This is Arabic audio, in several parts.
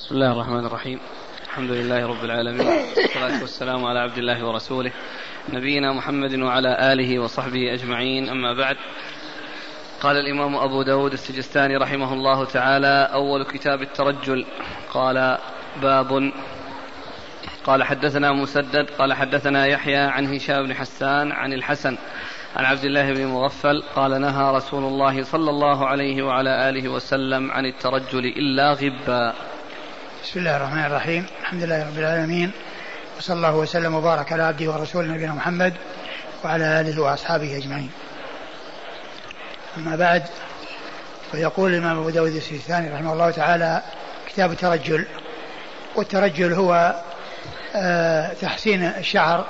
بسم الله الرحمن الرحيم. الحمد لله رب العالمين، والصلاة والسلام على عبد الله ورسوله نبينا محمد وعلى آله وصحبه أجمعين، أما بعد. قال الإمام أبو داود السجستاني رحمه الله تعالى: أول كتاب الترجل. قال: باب. قال: حدثنا مسدد قال: حدثنا يحيى عن هشام بن حسان عن الحسن عن عبد الله بن مغفل قال: نهى رسول الله صلى الله عليه وعلى آله وسلم عن الترجل إلا غبا. بسم الله الرحمن الرحيم. الحمد لله رب العالمين، وصلى الله وسلم وبارك على عبده ورسوله نبينا محمد وعلى آله وأصحابه أجمعين. أما بعد، فيقول الإمام أبو داود السجستاني رحمه الله تعالى: كتاب الترجل. والترجل هو تحسين الشعر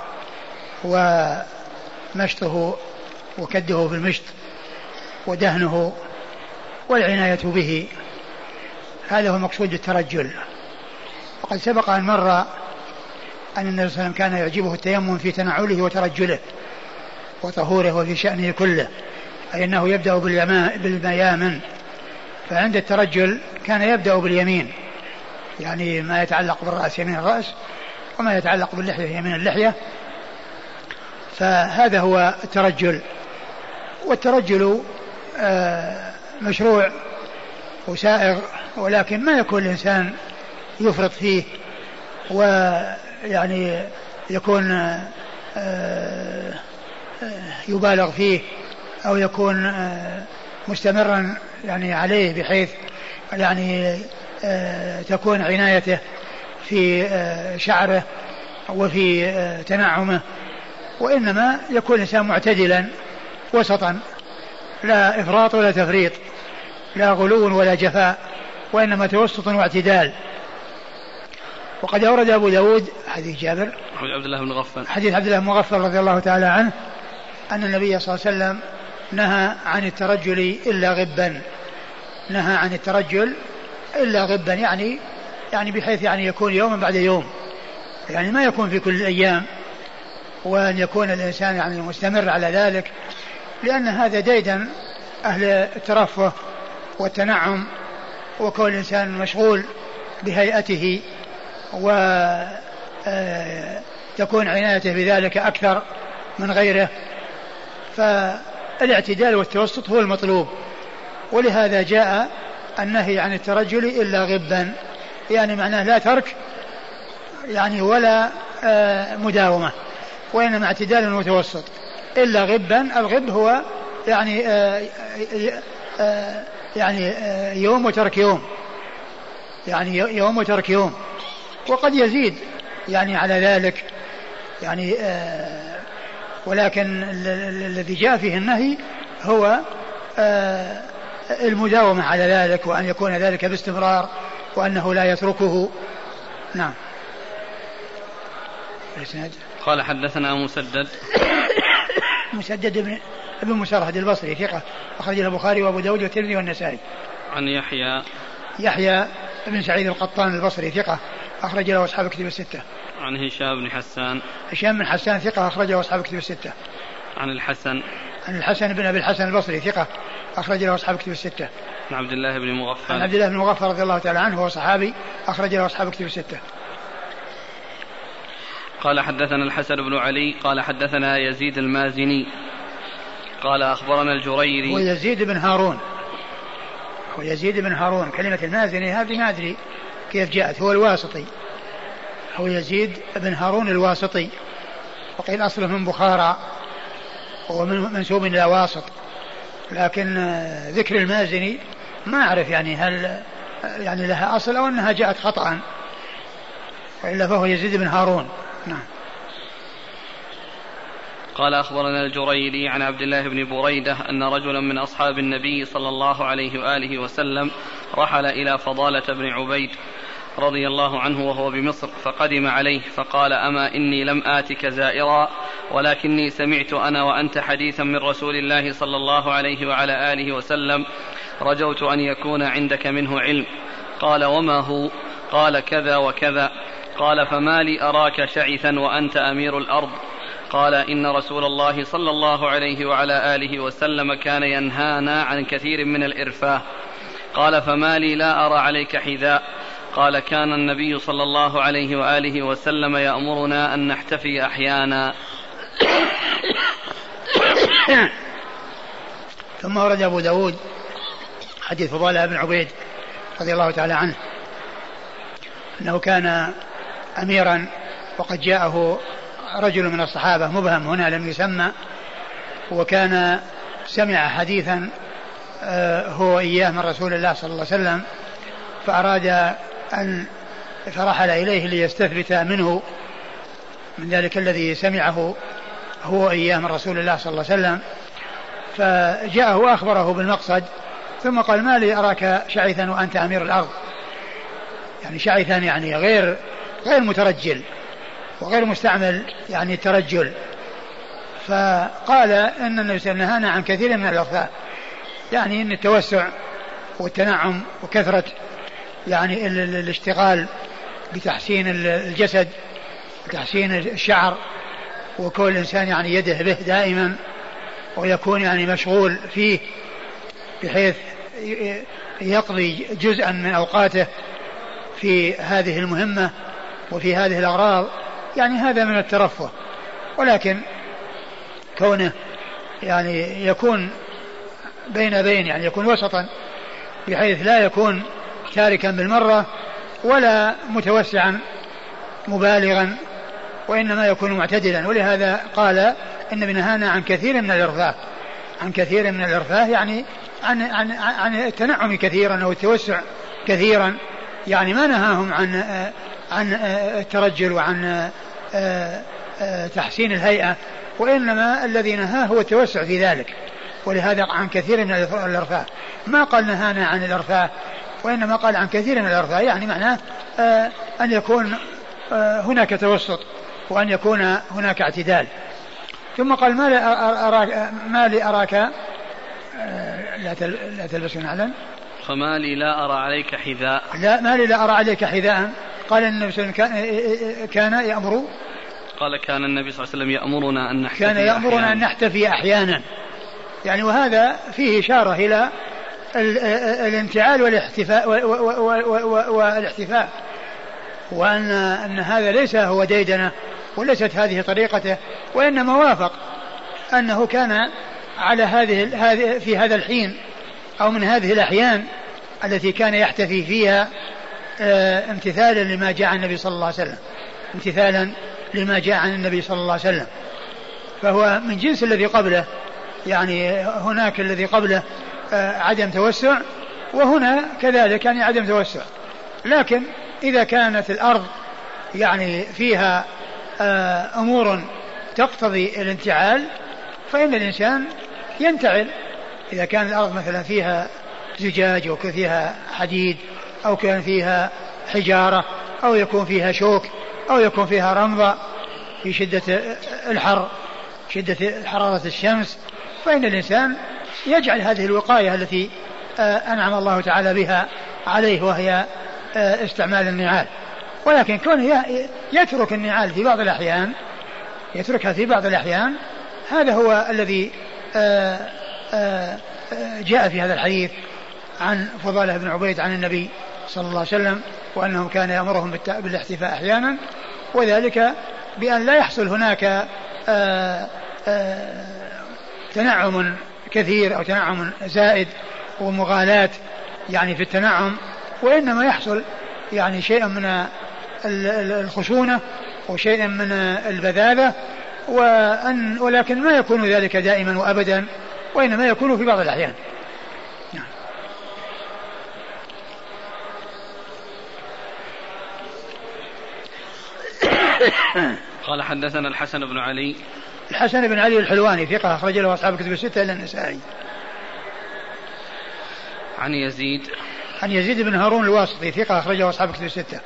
ومشطه وكده في المشط ودهنه والعناية به، هذا هو مقصود الترجل. وقد سبق أن مر أن النبي صلى الله عليه وسلم كان يعجبه التيمم في تنعله وترجله وطهوره وفي شأنه كله، أي أنه يبدأ بالميامن. فعند الترجل كان يبدأ باليمين، يعني ما يتعلق بالرأس يمين الرأس، وما يتعلق باللحية يمين اللحية. فهذا هو الترجل. والترجل مشروع وسائغ، ولكن ما يكون الإنسان يفرط فيه ويعني يكون يبالغ فيه أو يكون مستمرا يعني عليه، بحيث يعني تكون عنايته في شعره وفي تنعمه، وإنما يكون الإنسان معتدلا وسطا، لا إفراط ولا تفريط، لا غلو ولا جفاء، وإنما توسط واعتدال. وقد أورد أبو داود حديث جابر حديث عبد الله بن مغفل رضي الله تعالى عنه أن النبي صلى الله عليه وسلم نهى عن الترجل إلا غبا. نهى عن الترجل إلا غبا، يعني بحيث يعني يكون يوما بعد يوم، يعني ما يكون في كل الأيام، وأن يكون الإنسان يعني مستمر على ذلك، لأن هذا ديدا أهل الترفه والتنعم، وكون الإنسان مشغول بهيئته وتكون عنايته بذلك أكثر من غيره. فالاعتدال والتوسط هو المطلوب، ولهذا جاء النهي عن الترجل إلا غبا، يعني معناه لا ترك يعني ولا مداومة، وإنما اعتدال وتوسط. إلا غبا، الغب هو يعني يوم وترك يوم، يعني يوم وترك يوم، وقد يزيد يعني على ذلك يعني ولكن الذي جاء فيه النهي هو المداومة على ذلك، وأن يكون ذلك باستمرار، وأنه لا يتركه. نعم. قال: حدثنا مسدد ابن مسرهد البصري ثقة، أخرج له البخاري وأبو داود والترمذي والنسائي. عن يحيى بن سعيد القطان البصري ثقة، أخرج له أصحاب الكتب الستة. عن هشام بن حسان ثقة، أخرج له أصحاب الكتب الستة. عن الحسن بن أبي الحسن البصري ثقة، أخرج له أصحاب الكتب الستة. عن عبد الله بن مغفل رضي الله تعالى عنه، هو صحابي، أخرج له أصحاب الكتب الستة. قال: حدثنا الحسن بن علي قال: حدثنا يزيد المازني قال: أخبرنا الجريري. ويزيد بن هارون، كلمة المازني هذه ما أدري كيف جاءت، هو الواسطي، هو يزيد بن هارون الواسطي، وقيل أصله من بخارى ومنسوب إلى واسط، لكن ذكر المازني ما أعرف يعني هل يعني لها أصل أو أنها جاءت خطأ، وإلا فهو يزيد بن هارون. نعم. قال: أخبرنا الجريري عن عبد الله بن بريدة أن رجلا من أصحاب النبي صلى الله عليه وآله وسلم رحل إلى فضالة بن عبيد رضي الله عنه وهو بمصر، فقدم عليه فقال: أما إني لم آتك زائرا، ولكني سمعت أنا وأنت حديثا من رسول الله صلى الله عليه وعلى آله وسلم، رجوت أن يكون عندك منه علم. قال: وما هو؟ قال: كذا وكذا. قال: فما لي أراك شعثا وأنت أمير الأرض؟ قال: إن رسول الله صلى الله عليه وعلى آله وسلم كان ينهانا عن كثير من الإرفاه. قال: فما لي لا أرى عليك حذاء؟ قال كان النبي صلى الله عليه وآله وسلم يأمرنا أن نحتفي أحيانا. ثم ورد أبو داود حديث فضالة بن عبيد رضي الله تعالى عنه أنه كان أميرا وقد جاءه رجل من الصحابة مبهم هنا لم يسمى، وكان سمع حديثا هو إياه من رسول الله صلى الله عليه وسلم، فأراد أن فرحل إليه ليستثبت منه من ذلك الذي سمعه هو إياه من رسول الله صلى الله عليه وسلم، فجاءه وأخبره بالمقصد، ثم قال ما لي أراك شعثا وأنت أمير الأرض، يعني شعثا يعني غير مترجل وغير مستعمل يعني الترجل. فقال إن النبي صلى الله عليه وسلم نهانا عن كثير من الأرفاء، يعني إن التوسع والتنعم وكثرة يعني الاشتغال بتحسين الجسد وتحسين الشعر، وكل الإنسان يعني يده به دائما ويكون يعني مشغول فيه بحيث يقضي جزءا من أوقاته في هذه المهمة وفي هذه الأغراض، يعني هذا من الترفه. ولكن كونه يعني يكون بين يعني يكون وسطا بحيث لا يكون تاركا بالمرة ولا متوسعا مبالغا، وإنما يكون معتدلا. ولهذا قال إن نهانا عن كثير من الإرفاه، عن كثير من الإرفاه يعني عن التنعم كثيرا أو التوسع كثيرا، يعني ما نهاهم عن الترجل وعن تحسين الهيئة، وإنما الذي نهاه هو التوسع في ذلك. ولهذا عن كثير من الإرفاه، ما قال نهانا عن الإرفاه وإنما قال عن كثير من الإرفاه، يعني معناه أن يكون هناك توسط وأن يكون هناك اعتدال. ثم قال ما لي أراك لا تلبس نعلا، فما لي لا أرى عليك حذاء، لا ما لي لا أرى عليك حذاء. قال النبي صلى الله عليه وسلم كان يأمر، قال كان النبي صلى الله عليه وسلم يأمرنا أن نحتفي كان يأمرنا أن نحتفي أحيانا، يعني وهذا فيه إشارة إلى الانتعال والاحتفاء وأن هذا ليس هو ديدنه وليست هذه طريقته، وإنما وافق أنه كان على هذه في هذا الحين أو من هذه الأحيان التي كان يحتفي فيها امتثالا لما جاء عن النبي صلى الله عليه وسلم، امتثالا لما جاء عن النبي صلى الله عليه وسلم. فهو من جنس الذي قبله، يعني هناك الذي قبله عدم توسع، وهنا كذلك يعني عدم توسع. لكن إذا كانت الأرض يعني فيها أمور تقتضي الانتعال فإن الإنسان ينتعل. إذا كان الأرض مثلا فيها زجاج أو فيها حديد أو كان فيها حجارة أو يكون فيها شوك أو يكون فيها رمضة في شدة الحر، شدة حرارة الشمس، فإن الإنسان يجعل هذه الوقاية التي أنعم الله تعالى بها عليه وهي استعمال النعال. ولكن كونه يترك النعال في بعض الأحيان، يتركها في بعض الأحيان، هذا هو الذي جاء في هذا الحديث عن فضالة بن عبيد عن النبي صلى الله عليه وسلم، وأنه كان يأمرهم بالاحتفاء أحيانا، وذلك بأن لا يحصل هناك تنعم كثير أو تنعم زائد ومغالاة يعني في التنعم، وإنما يحصل يعني شيء من الخشونة وشيء من البذاذة، ولكن ما يكون ذلك دائما وأبدا، وإنما يكون في بعض الأحيان. قال حدثنا الحسن بن علي، الحسن بن علي الحلواني ثقة أخرج له أصحاب الكتب الستة إلا النسائي. عن يزيد بن هارون الواسطي ثقة أخرج له أصحاب الكتب الستة.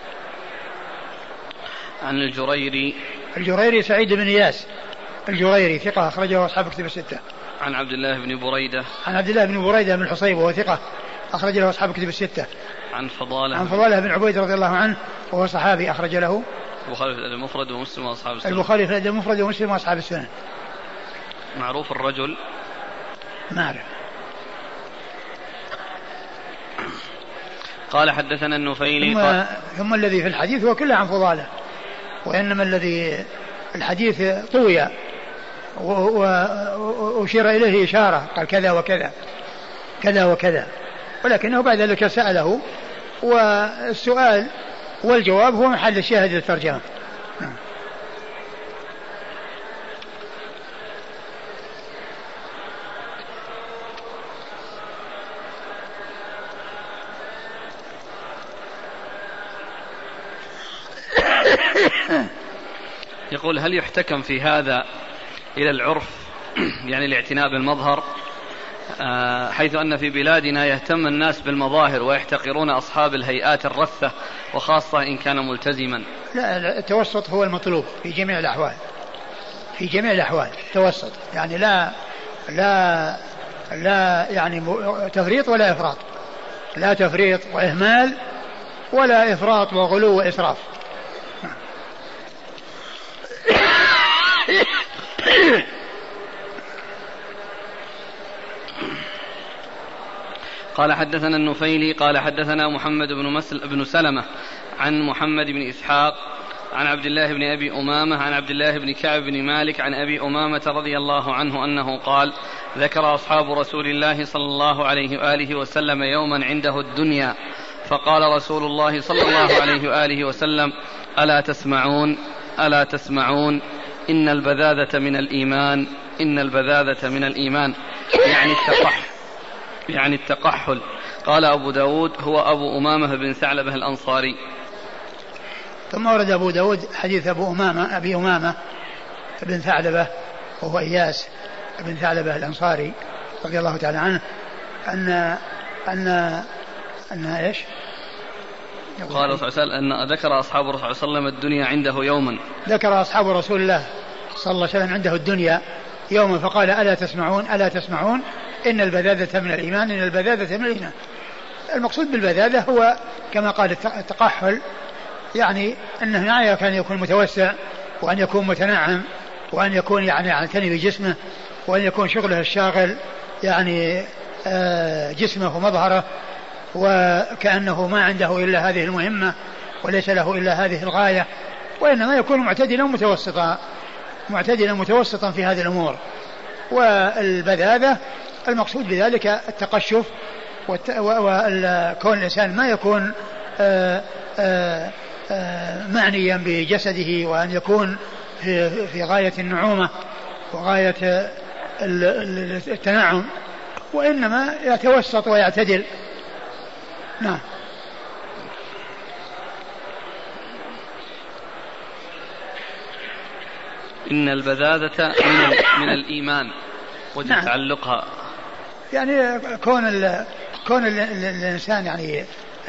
عن الجريري سعيد بن إياس الجريري ثقة أخرج له أصحاب الكتب الستة. عن عبد الله بن بريدة بن الحصيب وهو ثقة أخرج له أصحاب الكتب الستة. عن فضالة بن عبيد رضي الله عنه وهو صحابي أخرج له البخاري في المفرد ومسلم وأصحاب السنن. البخاري في المفرد ومسلم وأصحاب السنن. معروف الرجل ما أعرف. قال حدثنا النفيلي ثم الذي في الحديث هو كله عن فضالة، وإنما الذي الحديث طوي وأشير إليه إشارة، قال كذا وكذا كذا وكذا، ولكنه بعد ذلك سأله، والسؤال والجواب هو محل الشاهد للترجمة. يقول هل يحتكم في هذا إلى العرف يعني الاعتناء بالمظهر، حيث أن في بلادنا يهتم الناس بالمظاهر ويحتقرون أصحاب الهيئات الرثة وخاصة إن كان ملتزما؟ لا، التوسط هو المطلوب في جميع الأحوال، في جميع الأحوال التوسط، يعني لا يعني تفريط ولا إفراط، لا تفريط وإهمال ولا إفراط وغلو وإسراف. قال حدثنا النفيلي قال حدثنا محمد بن سلمة عن محمد بن إسحاق عن عبد الله بن أبي أمامة عن عبد الله بن كعب بن مالك عن أبي أمامة رضي الله عنه أنه قال: ذكر أصحاب رسول الله صلى الله عليه وآله وسلم يوما عنده الدنيا، فقال رسول الله صلى الله عليه وآله وسلم: ألا تسمعون ألا تسمعون إن البذاذة من الإيمان، إن البذاذة من الإيمان، يعني التقحل. قال أبو داود: هو أبو أمامة بن ثعلبة الأنصاري. ثم ورد أبو داود حديث أبي أمامة بن ثعلبة وهو إياس بن ثعلبة الأنصاري رضي الله تعالى عنه أن إيش؟ قال صلى الله عليه وسلم أن ذكر أصحاب الرسول صلى الله عليه وسلم الدنيا عنده يوما، ذكر أصحاب رسول الله صلى الله عليه وسلم عنده الدنيا يوما فقال: ألا تسمعون ألا تسمعون إن البذاذة من الإيمان، إن البذاذة من الإيمان. المقصود بالبذاذة هو كما قال التقحل، يعني أنه كان يكون متوسع، وأن يكون متنعم، وأن يكون يعني يعتني بجسمه، وأن يكون شغله الشاغل يعني جسمه ومظهره، وكأنه ما عنده إلا هذه المهمة وليس له إلا هذه الغاية، وإنما يكون معتدلا متوسطا في هذه الأمور. والبذاذة المقصود بذلك التقشف، وكون الإنسان ما يكون معنيا بجسده، وأن يكون في غاية النعومة وغاية التنعم، وإنما يتوسط ويعتدل. نعم. إن البذاذة من الإيمان وجه نعم. تعلقها يعني كون الإنسان يعني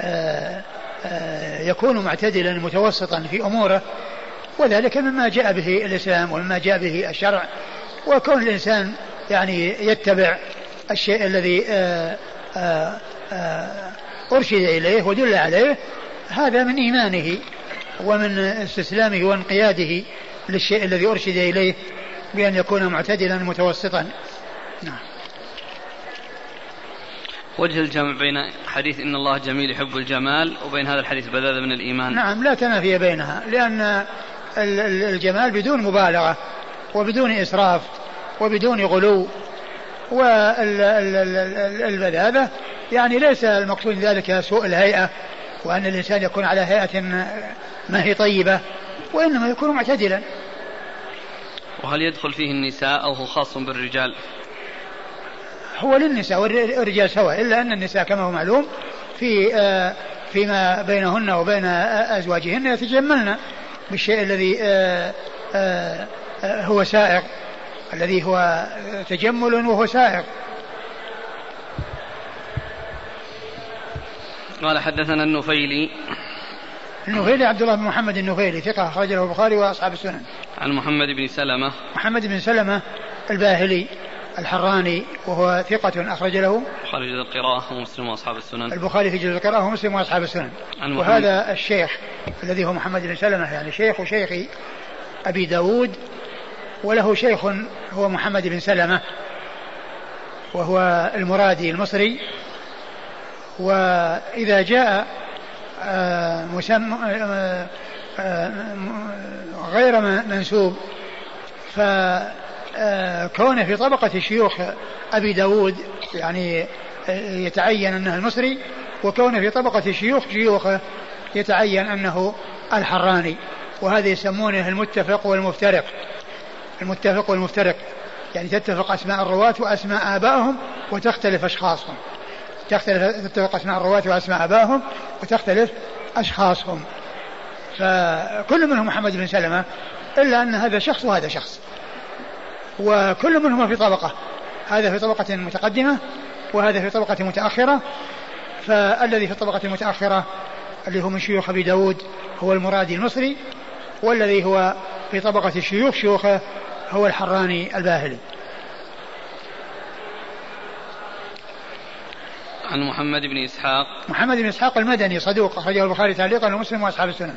يكون معتدلا متوسطا في أموره، وذلك مما جاء به الإسلام ومما جاء به الشرع، وكون الإنسان يعني يتبع الشيء الذي أرشد إليه ودل عليه، هذا من إيمانه ومن استسلامه وانقياده للشيء الذي أرشد إليه بأن يكون معتدلا متوسطا. نعم. وجه الجمع بين حديث إن الله جميل يحب الجمال وبين هذا الحديث بذاذة من الإيمان. نعم، لا تنافي بينها، لأن الجمال بدون مبالغة وبدون إسراف وبدون غلو، والبذاذة يعني ليس المقصود ذلك سوء الهيئة وأن الإنسان يكون على هيئة ما هي طيبة، وإنما يكون معتدلا. وهل يدخل فيه النساء أو هو خاص بالرجال؟ هو للنساء والرجال سواء، إلا أن النساء كما هو معلوم فيما بينهن وبين أزواجهن يتجملن بالشيء الذي هو سائغ، الذي هو تجمل وهو سائغ. قال حدثنا النفيلي عبد الله بن محمد النفيلي ثقة أخرج له البخاري وأصحاب السنن. عن محمد بن سلمة الباهلي الحراني وهو ثقة أخرج له البخاري في جزء القراءة ومسلم وأصحاب السنن. البخاري في جزء القراءة ومسلم وأصحاب السنن. وهذا الشيخ الذي هو محمد بن سلمة يعني شيخ أبي داود، وله شيخ هو محمد بن سلمة وهو المرادي المصري، وإذا جاء غير منسوب فكونه في طبقة شيوخ أبي داود يعني يتعين أنه المصري، وكونه في طبقة شيوخه يتعين أنه الحراني. وهذا يسمونه المتفق والمفترق. المتفق والمفترق يعني تتفق أسماء الرواة وأسماء آبائهم وتختلف أشخاصهم، تتفق أسماء الرواة وأسماء آبائهم وتختلف أشخاصهم. فكل منهم محمد بن سلمة، إلا أن هذا شخص وهذا شخص، وكل منهم في طبقة، هذا في طبقة متقدمة وهذا في طبقة متأخرة. فالذي في الطبقة المتأخرة اللي هو من شيوخ أبي داود هو المرادي المصري، والذي هو في طبقة الشيوخ شيوخه هو الحراني الباهلي. عن محمد بن إسحاق. محمد بن إسحاق المدني صدوق، أخرجه البخاري تعليقا ومسلم وأصحاب السنن.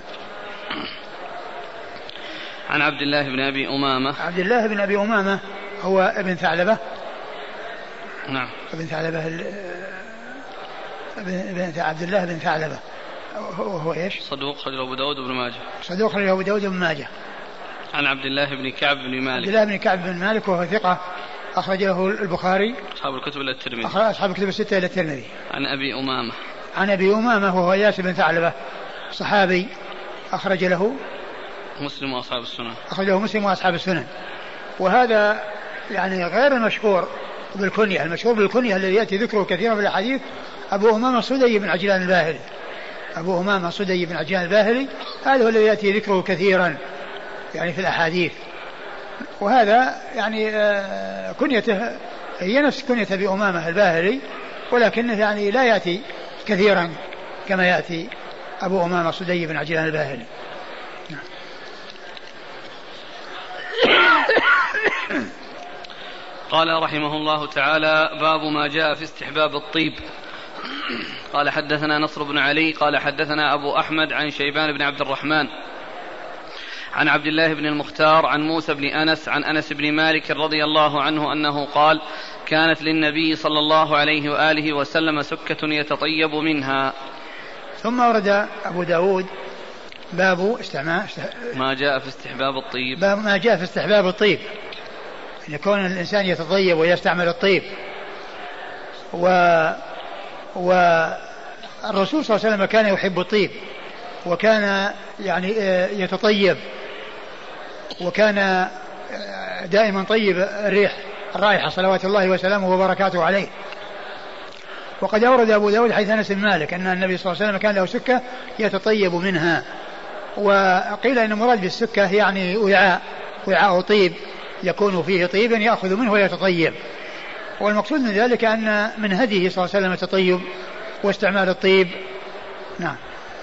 عن عبد الله بن أبي أمامة. عبد الله بن أبي أمامة هو ابن ثعلبة. نعم. ابن ثعلبة ابن عبد الله بن ثعلبة هو ايش؟ صدوق خرج أبو داود بن ماجه. صدوق خرج أبو داود بن ماجه. عن عبد الله بن كعب بن مالك. عبد الله بن كعب بن مالك وهو ثقة، أخرج له البخاري أصحاب الكتب إلى الترمذي. أصحاب الكتب الستة إلى الترمذي. عن أبي أمامة. عن أبي أمامة وهو إياس بن ثعلبة صحابي، أخرج له مسلم وأصحاب السنن. أخرجه مسلم وأصحاب السنن. وهذا يعني غير المشهور بالكنية. المشهور بالكنية الذي يأتي ذكره كثيرا في الحديث أبو أمامة صدي بن عجلان الباهلي. أبو أمامة صدي بن عجلان الباهلي هذا هو الذي يأتي ذكره كثيرا يعني في الأحاديث. وهذا يعني كنيته هي نفس كنية أبي أمامة الباهلي، ولكنه يعني لا يأتي كثيرا كما يأتي أبو أمامة صدي بن عجلان الباهلي. قال رحمه الله تعالى: باب ما جاء في استحباب الطيب. قال حدثنا نصر بن علي قال حدثنا أبو أحمد عن شيبان بن عبد الرحمن عن عبد الله بن المختار عن موسى بن أنس عن أنس بن مالك رضي الله عنه أنه قال: كانت للنبي صلى الله عليه وآله وسلم سكة يتطيب منها. ثم ورد أبو داود باب ما جاء في استحباب الطيب. باب ما جاء في استحباب الطيب، أن يكون الإنسان يتطيب ويستعمل الطيب. والرسول صلى الله عليه وسلم كان يحب الطيب، وكان يعني يتطيب، وكان دائما طيب الرائحة صلوات الله وسلامه وبركاته عليه. وقد أورد أبو داود حديث أنس بن مالك أن النبي صلى الله عليه وسلم كان له سكة يتطيب منها. وقيل أن المراد بالسكة يعني وعاء طيب يكون فيه طيب يأخذ منه ويتطيب. والمقصود من ذلك أن من هديه صلى الله عليه وسلم التطيب واستعمال الطيب. نعم.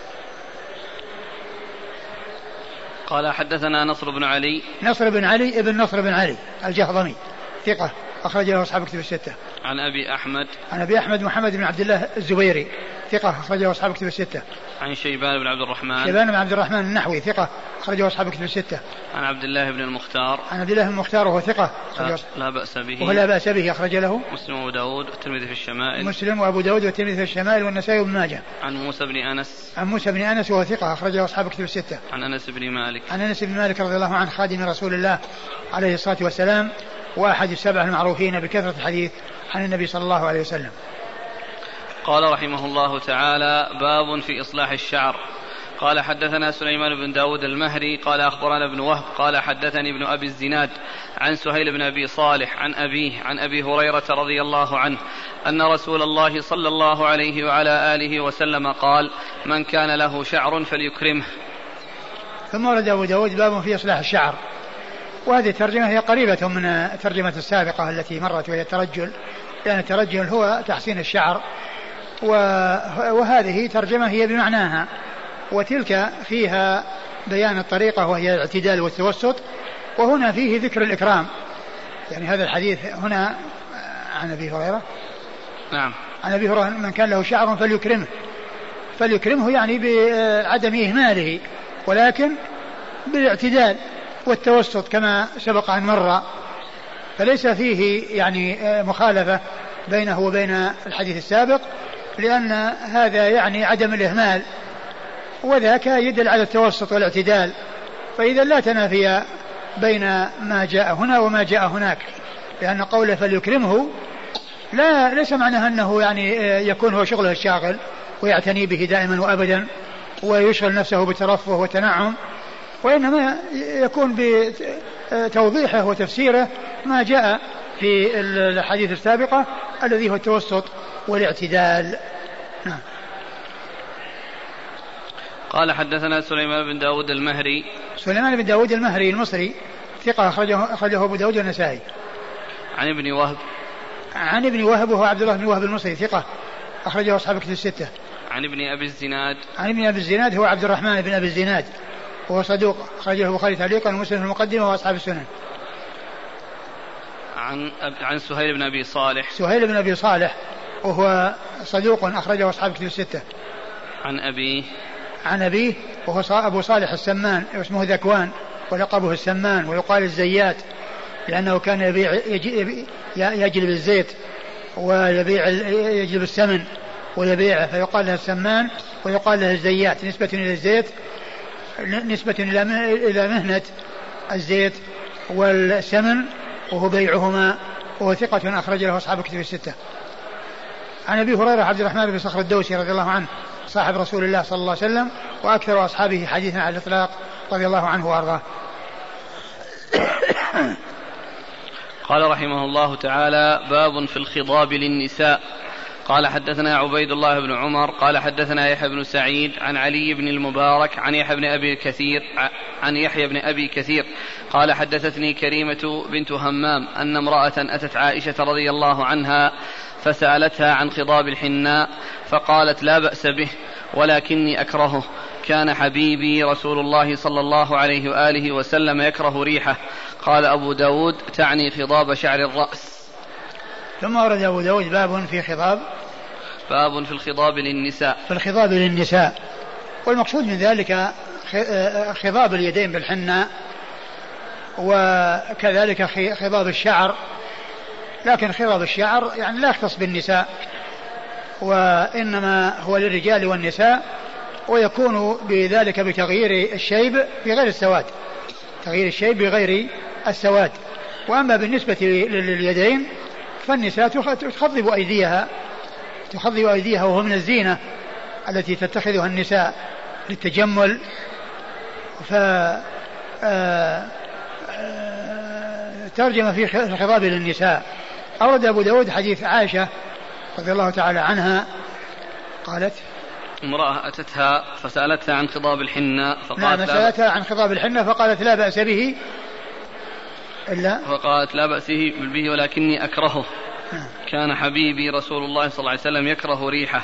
قال حدثنا نصر بن علي. نصر بن علي ابن نصر بن علي الجهضمي ثقة، أخرج له أصحاب كتب الستة. عن أبي أحمد. عن أبي أحمد محمد بن عبد الله الزبيري ثقة، أخرجه أصحاب كتب الستة. عن شيبان بن عبد الرحمن. شيبان بن عبد الرحمن النحوي ثقة، أخرجه أصحاب كتب الستة. عن عبد الله بن المختار. عن عبد الله بن المختار وهو ثقة لا بأس به. ولا بأس به، أخرج له مسلم وأبو داود والترمذي في الشمائل. مسلم وأبو داود والترمذي في الشمائل والنسائي وابن ماجه. عن موسى بن أنس. عن موسى بن أنس وهو ثقة، أخرجه أصحاب كتب الستة. عن أنس بن مالك. عن أنس بن مالك رضي الله عنه خادم رسول الله عليه الصلاة والسلام، وأحد السبع المعروفين بكثرة الحديث عن النبي صلى الله عليه وسلم. قال رحمه الله تعالى: باب في إصلاح الشعر. قال حدثنا سليمان بن داود المهري قال أخبرنا ابن وهب قال حدثني ابن أبي الزناد عن سهيل بن أبي صالح عن أبيه عن أبي هريرة رضي الله عنه أن رسول الله صلى الله عليه وعلى آله وسلم قال: من كان له شعر فليكرمه. ثم ورد أبو داود باب في إصلاح الشعر، وهذه الترجمة هي قريبة من الترجمة السابقة التي مرت وهي الترجل، لأن الترجل هو تحسين الشعر، وهذه ترجمة هي بمعناها، وتلك فيها بيان الطريقة وهي الاعتدال والتوسط، وهنا فيه ذكر الإكرام. يعني هذا الحديث هنا عن أبي هريرة. نعم. عن أبي هريرة: من كان له شعر فليكرمه يعني بعدم إهماله، ولكن بالاعتدال والتوسط كما سبق أن مر، فليس فيه يعني مخالفة بينه وبين الحديث السابق، لأن هذا يعني عدم الإهمال، وذاك يدل على التوسط والاعتدال. فإذا لا تنافي بين ما جاء هنا وما جاء هناك، لأن قوله فليكرمه ليس معناه أنه يعني يكون هو شغله الشاغل ويعتني به دائما وأبدا ويشغل نفسه بالترفه والتنعم، وإنما يكون بتوضيحه وتفسيره ما جاء في الحديث السابقة الذي هو التوسط والاعتدال. نعم. قال حدثنا سليمان بن داود المهري. سليمان بن داود المهري المصري ثقة أخرجه أبو داود النسائي. عن ابن وهب. عن ابن وهب وهو عبد الله بن وهب المصري ثقة أخرجه أصحاب الكتب الستة. عن ابن أبي الزناد. عن ابن أبي الزناد هو عبد الرحمن بن أبي الزناد وهو صدوق أخرجه البخاري تعليقا ومسلم في المقدمة وأصحاب السنن. عن سهيل بن أبي صالح. سهيل بن أبي صالح وهو صدوق أخرجه أصحاب الكتب الستة. عن أبيه وهو أبو صالح السمان اسمه ذكوان ولقبه السمان ويقال الزيات، لأنه كان يجلب الزيت ويبيع يجلب السمن ويبيعه، فيقال له السمان ويقال له الزيات نسبة إلى الزيت، نسبة إلى مهنة الزيت والسمن، وهو بيعهما، وهو ثقة أخرج له أصحاب الكتب الستة. عن أبي هريرة عبد الرحمن بن صخر الدوسي رضي الله عنه صاحب رسول الله صلى الله عليه وسلم وأكثر أصحابه حديثا على الإطلاق رضي الله عنه وأرضاه. قال رحمه الله تعالى: باب في الخضاب للنساء. قال حدثنا عبيد الله بن عمر قال حدثنا يحيى بن سعيد عن علي بن المبارك عن يحيى بن أبي كثير قال حدثتني كريمة بنت همام أن امرأة أتت عائشة رضي الله عنها فسألتها عن خضاب الحناء فقالت: لا بأس به ولكني أكرهه، كان حبيبي رسول الله صلى الله عليه وآله وسلم يكره ريحه. قال أبو داود: تعني خضاب شعر الرأس. ثم ورد أبو داود باب في الخضاب للنساء. في الخضاب للنساء، والمقصود من ذلك خضاب اليدين بالحناء وكذلك خضاب الشعر، لكن خضاب الشعر يعني لا يختص بالنساء، وإنما هو للرجال والنساء، ويكون بذلك بتغيير الشيب بغير السواد، تغيير الشيب بغير السواد. وأما بالنسبة لليدين فالنساء تخضب أيديها وهو من الزينة التي تتخذها النساء للتجمل. ترجم في الخضاب للنساء. أورد أبو داود حديث عائشة رضي الله تعالى عنها قالت: امرأة أتتها فسألتها عن خضاب الحناء سألتها عن خضاب الحناء فقالت: لا بأس به فقالت: لا بأس به ولكني أكرهه، كان حبيبي رسول الله صلى الله عليه وسلم يكره ريحه.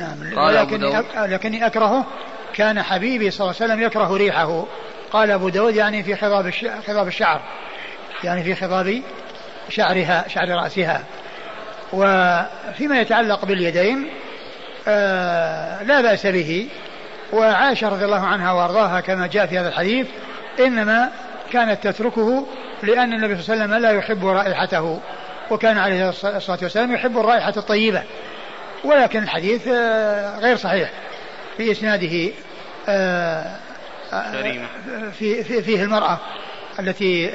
لكني أكرهه، كان حبيبي صلى الله عليه وسلم يكره ريحه. قال أبو داود يعني في خضاب الشعر، يعني في خضاب شعر رأسها. وفيما يتعلق باليدين لا بأس به. وعائشة رضي الله عنها وارضاها كما جاء في هذا الحديث إنما كانت تتركه لأن النبي صلى الله عليه وسلم لا يحب رائحته، وكان عليه الصلاة والسلام يحب الرائحة الطيبة. ولكن الحديث غير صحيح في إسناده فيه المرأة التي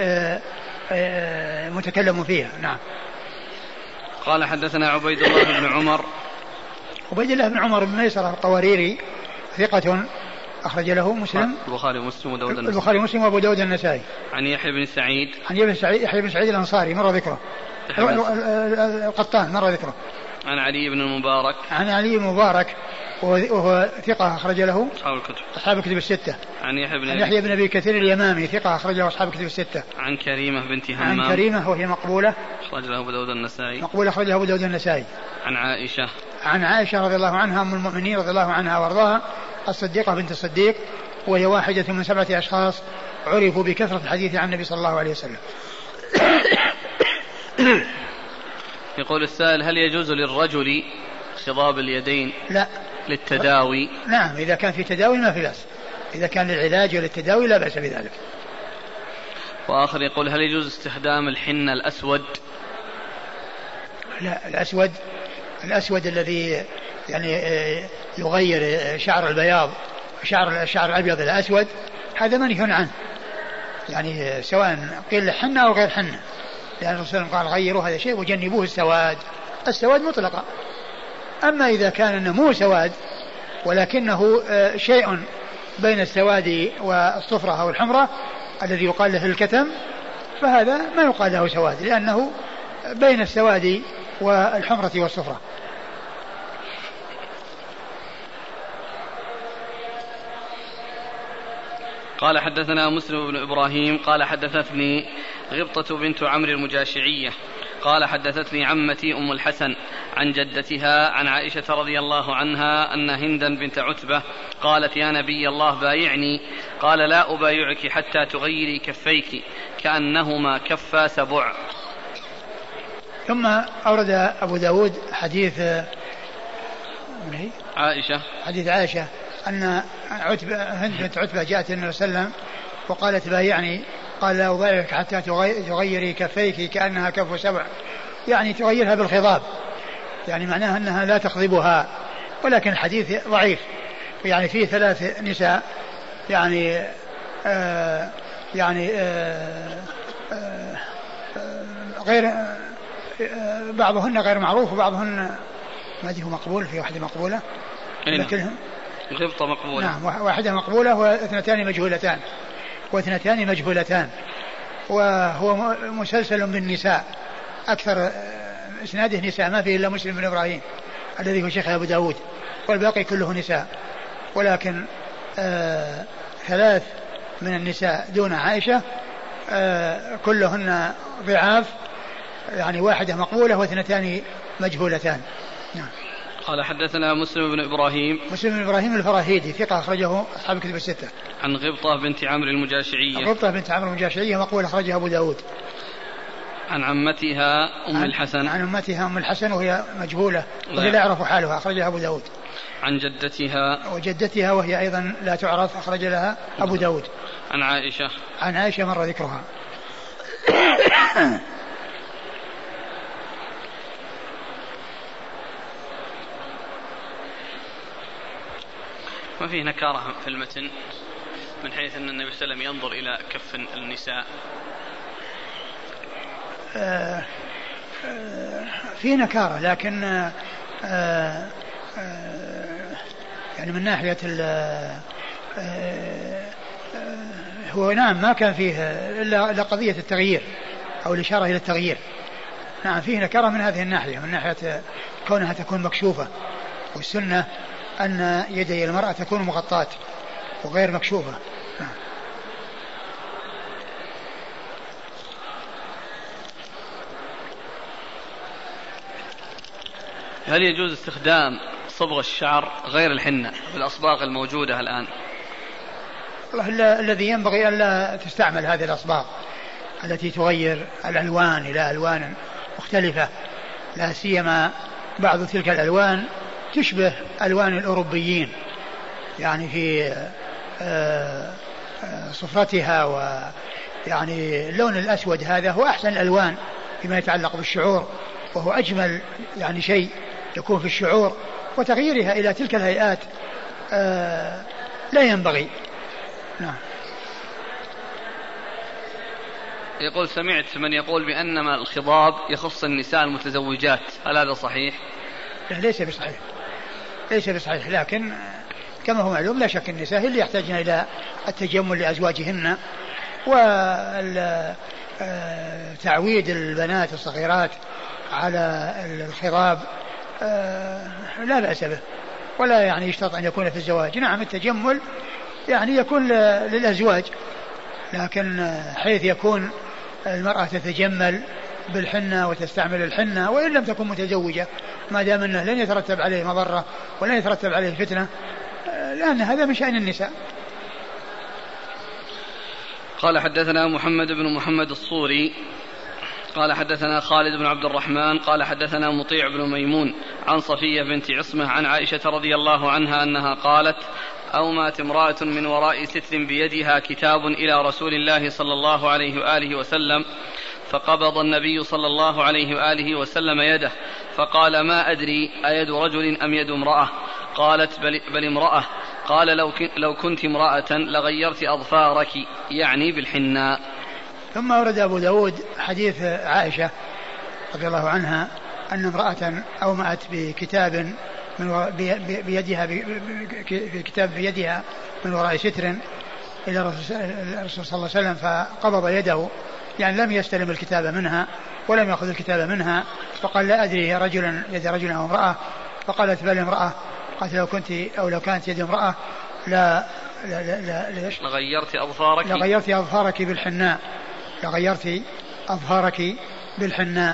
متكلم فيها. نعم. قال حدثنا عبيد الله بن عمر. عبيد الله بن عمر بن ميسرة القواريري ثقة أخرج له مسلم البخاري ومسلم وأبو داود النسائي. عن يحيى بن سعيد. يحيى بن سعيد الأنصاري مر ذكره. القطان مر ذكره. عن علي بن المبارك. عن علي بن المبارك وهو ثقة أخرج له أصحاب الكتب الستة. عن يحيى بن أبي كثير اليمامي ثقة أخرج له أصحاب الكتب الستة. عن كريمة بنت همام. عن كريمة وهي مقبولة أخرج له أبو داود النسائي. أخرج أبو داود النسائي. عن عائشة رضي الله عنها أم المؤمنين رضي الله عنها وارضاها الصديقة بنت الصديق، وهي واحدة من 7 أشخاص عرفوا بكثرة الحديث عن النبي صلى الله عليه وسلم. يقول السائل: هل يجوز للرجل خضاب اليدين؟ لا. للتداوي؟ نعم، إذا كان في تداوي ما في بأس، إذا كان للعلاج وللتداوي لا بأس بذلك. وآخر يقول: هل يجوز استخدام الحنة الأسود؟ لا، الأسود الذي يعني يغير شعر البياض شعر الأبيض إلى أسود، هذا منهي عنه، يعني سواء قيل حنة أو غير حنة، لأن الرسول قال غيروا هذا شيء وجنبوه السواد مطلقا. أما إذا كان أنه مو سواد ولكنه شيء بين السواد والصفرة أو الحمرة الذي يقال له الكتم، فهذا ما يقال له سواد، لأنه بين السواد والحمرة والصفرة. قال حدثنا مسلم بن إبراهيم قال حدثتني غبطة بنت عمرو المجاشعية قال حدثتني عمتي أم الحسن عن جدتها عن عائشة رضي الله عنها أن هندا بنت عتبة قالت يا نبي الله بايعني، قال لا أبايعك حتى تغيري كفيك كأنهما كفا سبع. ثم أورد أبو داود حديث عائشة أن هند بنت عتبة جاءت النبي صلى الله عليه وسلم وقالت بايعني، قال لا أبايعك حتى تغيري كفيك كأنها كف سبع، يعني تغيرها بالخضاب، يعني معناها أنها لا تخضبها، ولكن الحديث ضعيف، يعني فيه 3 نساء يعني غير بعضهن غير معروف وبعضهن ما أدري هو مقبول، في واحدة مقبولة لكنهم غبطة مقبولة، نعم واحدة مقبولة واثنتان مجهولتان، وهو مسلسل بالنساء، أكثر إسناده نساء، ما فيه إلا مسلم بن إبراهيم الذي هو شيخ أبو داود، والباقي كله نساء، ولكن 3 من النساء دون عائشة كلهن ضعاف، يعني واحدة مقبولة و2 مجهولتان. نعم. قال حدثنا مسلم بن إبراهيم الفراهيدي ثقة أخرجه أصحاب الكتب 6. عن غبطة بنت عمرو المجاشعية مقبول أخرجها أبو داود. عن عمتها أم الحسن وهي مجهولة وهي لا يعرف حالها، أخرجها أبو داود. عن جدتها وهي أيضا لا تعرف، أخرج لها أبو داود. عن عائشة مر ذكرها. ما فيه نكارة في المتن من حيث أن النبي صلى الله عليه وسلم ينظر إلى كف النساء؟ في نكارة، لكن يعني من ناحية هو نعم ما كان فيه إلا قضية التغيير أو الإشارة إلى التغيير. نعم فيه نكارة من هذه الناحية، من ناحية كونها تكون مكشوفة، والسنة أن يدي المرأة تكون مغطاة وغير مكشوفة. هل يجوز استخدام صبغ الشعر غير الحنة بالأصباغ الموجودة الآن؟ والله الذي ينبغي ألا تستعمل هذه الأصباغ التي تغير الألوان إلى ألوان مختلفة، لا سيما بعض تلك الألوان تشبه ألوان الأوروبيين، يعني في صفرتها، ويعني اللون الأسود هذا هو أحسن الألوان فيما يتعلق بالشعور، وهو أجمل يعني شيء يكون في الشعور، وتغييرها إلى تلك الهيئات لا ينبغي. نعم. يقول سمعت من يقول بأنما الخضاب يخص النساء المتزوجات، هل هذا صحيح؟ لا ليس بصحيح، لكن كما هو معلوم لا شك النساء اللي يحتاجن إلى التجمل لأزواجهن، وتعويد البنات الصغيرات على الخضاب لا بأس به، ولا يعني يشترط أن يكون في الزواج. نعم التجمل يعني يكون للأزواج، لكن حيث يكون المرأة تتجمل بالحنة وتستعمل الحنة وإن لم تكن متزوجة، ما دام أنه لن يترتب عليه مضرة ولن يترتب عليه فتنة، لأن هذا من شأن النساء. قال حدثنا محمد الصوري قال حدثنا خالد بن عبد الرحمن قال حدثنا مطيع بن ميمون عن صفية بنت عصمة عن عائشة رضي الله عنها أنها قالت: أومات امرأة من وراء ستر بيدها كتاب إلى رسول الله صلى الله عليه وآله وسلم، فقبض النبي صلى الله عليه وآله وسلم يده فقال ما أدري أيد رجل أم يد امرأة؟ قالت بل امرأة. قال لو كنت امرأة لغيرت أظفارك، يعني بالحناء. ثم ورد أبو داود حديث عائشة رضي الله عنها أن امرأة أومأت بكتاب بيدها بكتاب بيدها من وراء ستر إلى الرسول صلى الله عليه وسلم، فقبض يده، يعني لم يستلم الكتاب منها ولم يأخذ الكتاب منها، فقال لا أدري يد رجل أو امرأة؟ فقالت بل امرأة. قالت لو كانت يد امرأة لغيرت أظفارك بالحناء، لغيرت أظفارك بالحناء.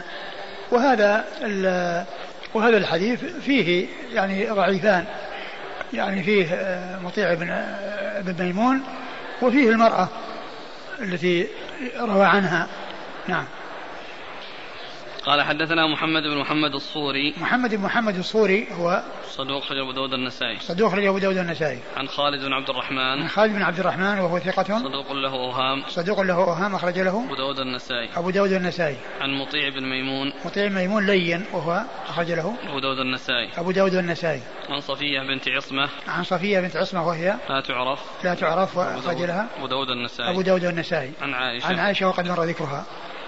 وهذا الحديث فيه يعني ضعيفان، يعني فيه مطيع بن ميمون، وفيه المرأة التي روى عنها. نعم. قال حدثنا محمد بن محمد الصوري هو صدوق خرج أبو داود النسائي. عن خالد بن عبد الرحمن وهو ثقة صدوق له أوهام أخرج له أبو داود النسائي. عن مطيع بن ميمون لين وهو أخرج له أبو داود النسائي. عن صفية بنت عصمة وهي لا تعرف وأخرج لها أبو داود النسائي. عن عائشة وقد مر ذكرها.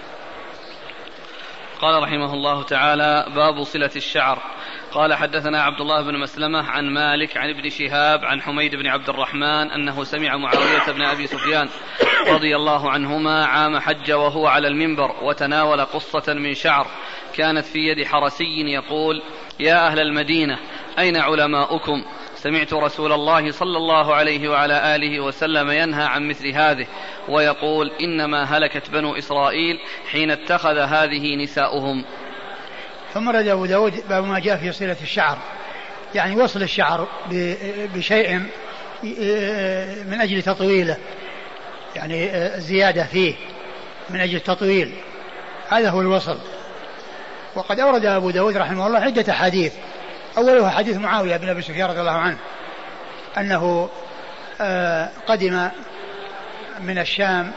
قال رحمه الله تعالى: باب صلة الشعر. قال حدثنا عبد الله بن مسلمة عن مالك عن ابن شهاب عن حميد بن عبد الرحمن أنه سمع معاوية بن أبي سفيان رضي الله عنهما عام حج وهو على المنبر وتناول قصة من شعر كانت في يد حرسي يقول: يا أهل المدينة أين علماؤكم؟ سمعت رسول الله صلى الله عليه وعلى آله وسلم ينهى عن مثل هذه ويقول: إنما هلكت بنو إسرائيل حين اتخذ هذه نساؤهم. ثم رد أبو داود باب ما جاء في صلة الشعر، يعني وصل الشعر بشيء من أجل تطويله، يعني زيادة فيه من أجل تطويل، هذا هو الوصل. وقد أورد أبو داود رحمه الله عدة حديث، أولها حديث معاوية بن أبي سفيان رضي الله عنه أنه قدم من الشام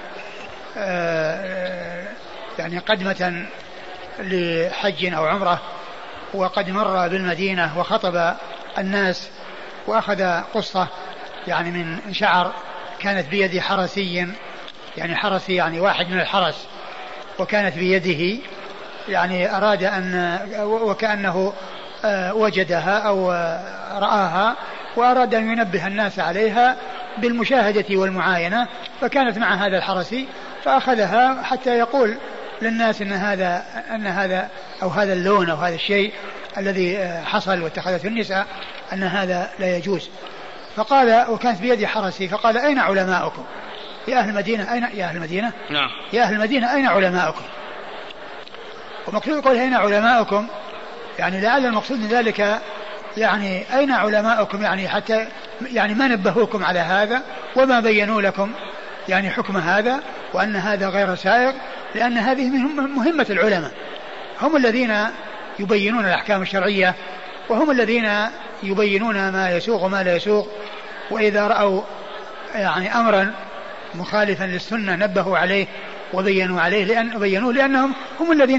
يعني قدمة لحج أو عمرة، وقد مر بالمدينة وخطب الناس وأخذ قصة يعني من شعر كانت بيد حرسي، يعني حرسي يعني واحد من الحرس، وكانت بيده، يعني أراد أن وكأنه وجدها أو رآها وأراد أن ينبه الناس عليها بالمشاهدة والمعاينة، فكانت مع هذا الحرسي فأخذها حتى يقول للناس أن هذا أو هذا اللون أو هذا الشيء الذي حصل واتخذته النساء أن هذا لا يجوز. فقال، وكانت بيد حرسي، فقال: أين علماؤكم يا أهل المدينة؟ يا أهل المدينة أين علماؤكم؟ ومقصود قول أين علماؤكم يعني لعل المقصود من ذلك يعني أين علماؤكم، يعني حتى يعني ما نبهوكم على هذا وما بينوا لكم يعني حكم هذا وأن هذا غير سائغ، لأن هذه مهمة العلماء، هم الذين يبينون الأحكام الشرعية، وهم الذين يبينون ما يسوغ وما لا يسوغ، وإذا رأوا يعني أمرا مخالفا للسنة نبهوا عليه وبينوا عليه، لأنهم هم الذين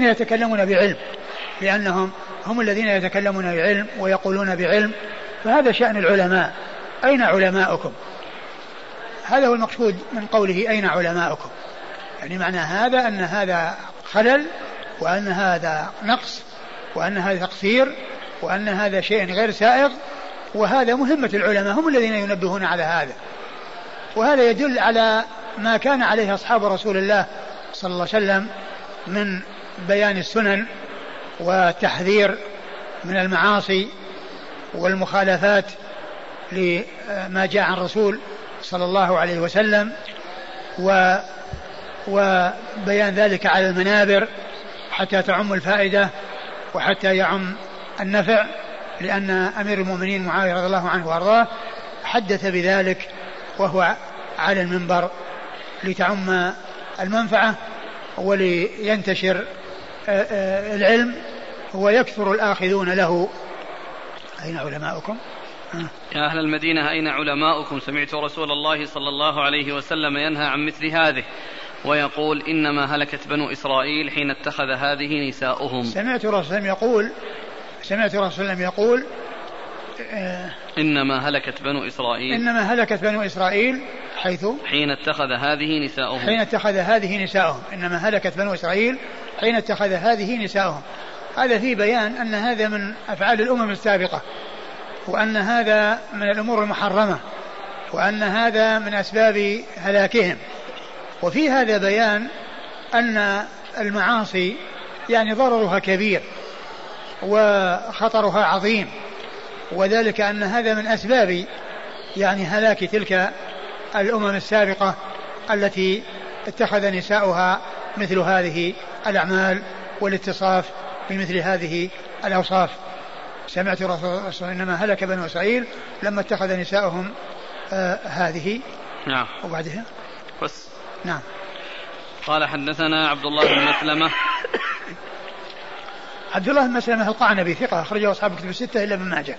يتكلمون بعلم ويقولون بعلم، فهذا شأن العلماء. أين علماؤكم؟ هذا هو المقصود من قوله أين علماؤكم، يعني معنى هذا أن هذا خلل، وأن هذا نقص، وأن هذا تقصير، وأن هذا شيء غير سائغ، وهذا مهمة العلماء، هم الذين ينبهون على هذا. وهذا يدل على ما كان عليه أصحاب رسول الله صلى الله عليه وسلم من بيان السنن والتحذير من المعاصي والمخالفات لما جاء عن الرسول صلى الله عليه وسلم، وبيان ذلك على المنابر حتى تعم الفائدة وحتى يعم النفع، لأن أمير المؤمنين معاوية رضي الله عنه وأرضاه حدث بذلك وهو على المنبر لتعم المنفعة ولينتشر العلم ويكثر الآخذون له. أين علماؤكم؟ يا أهل المدينة أين علماؤكم؟ سمعت رسول الله صلى الله عليه وسلم ينهى عن مثل هذه ويقول: إنما هلكت بنو إسرائيل حين اتخذ هذه نساؤهم. سمعت رسول الله يقول: سمعت رسول الله يقول إنما هلكت بنو إسرائيل حين اتخذ هذه نساؤهم إنما هلكت بنو إسرائيل حين اتخذ هذه نساؤهم. هذا فيه بيان أن هذا من أفعال الأمم السابقة، وأن هذا من الأمور المحرمة، وأن هذا من أسباب هلاكهم. وفي هذا بيان أن المعاصي يعني ضررها كبير وخطرها عظيم، وذلك أن هذا من أسباب يعني هلاك تلك الأمم السابقة التي اتخذ نساؤها مثل هذه الأعمال والاتصاف بمثل هذه الأوصاف. سمعت رسول إنما هلك بنو إسرائيل لما اتخذ نساؤهم هذه. نعم. وبعدها بس. نعم. قال حدثنا عبد الله بن مسلمة. عبد الله بن مسلمة القعنبي ثقة أخرجه أصحاب كتب الستة إلا ابن ماجه.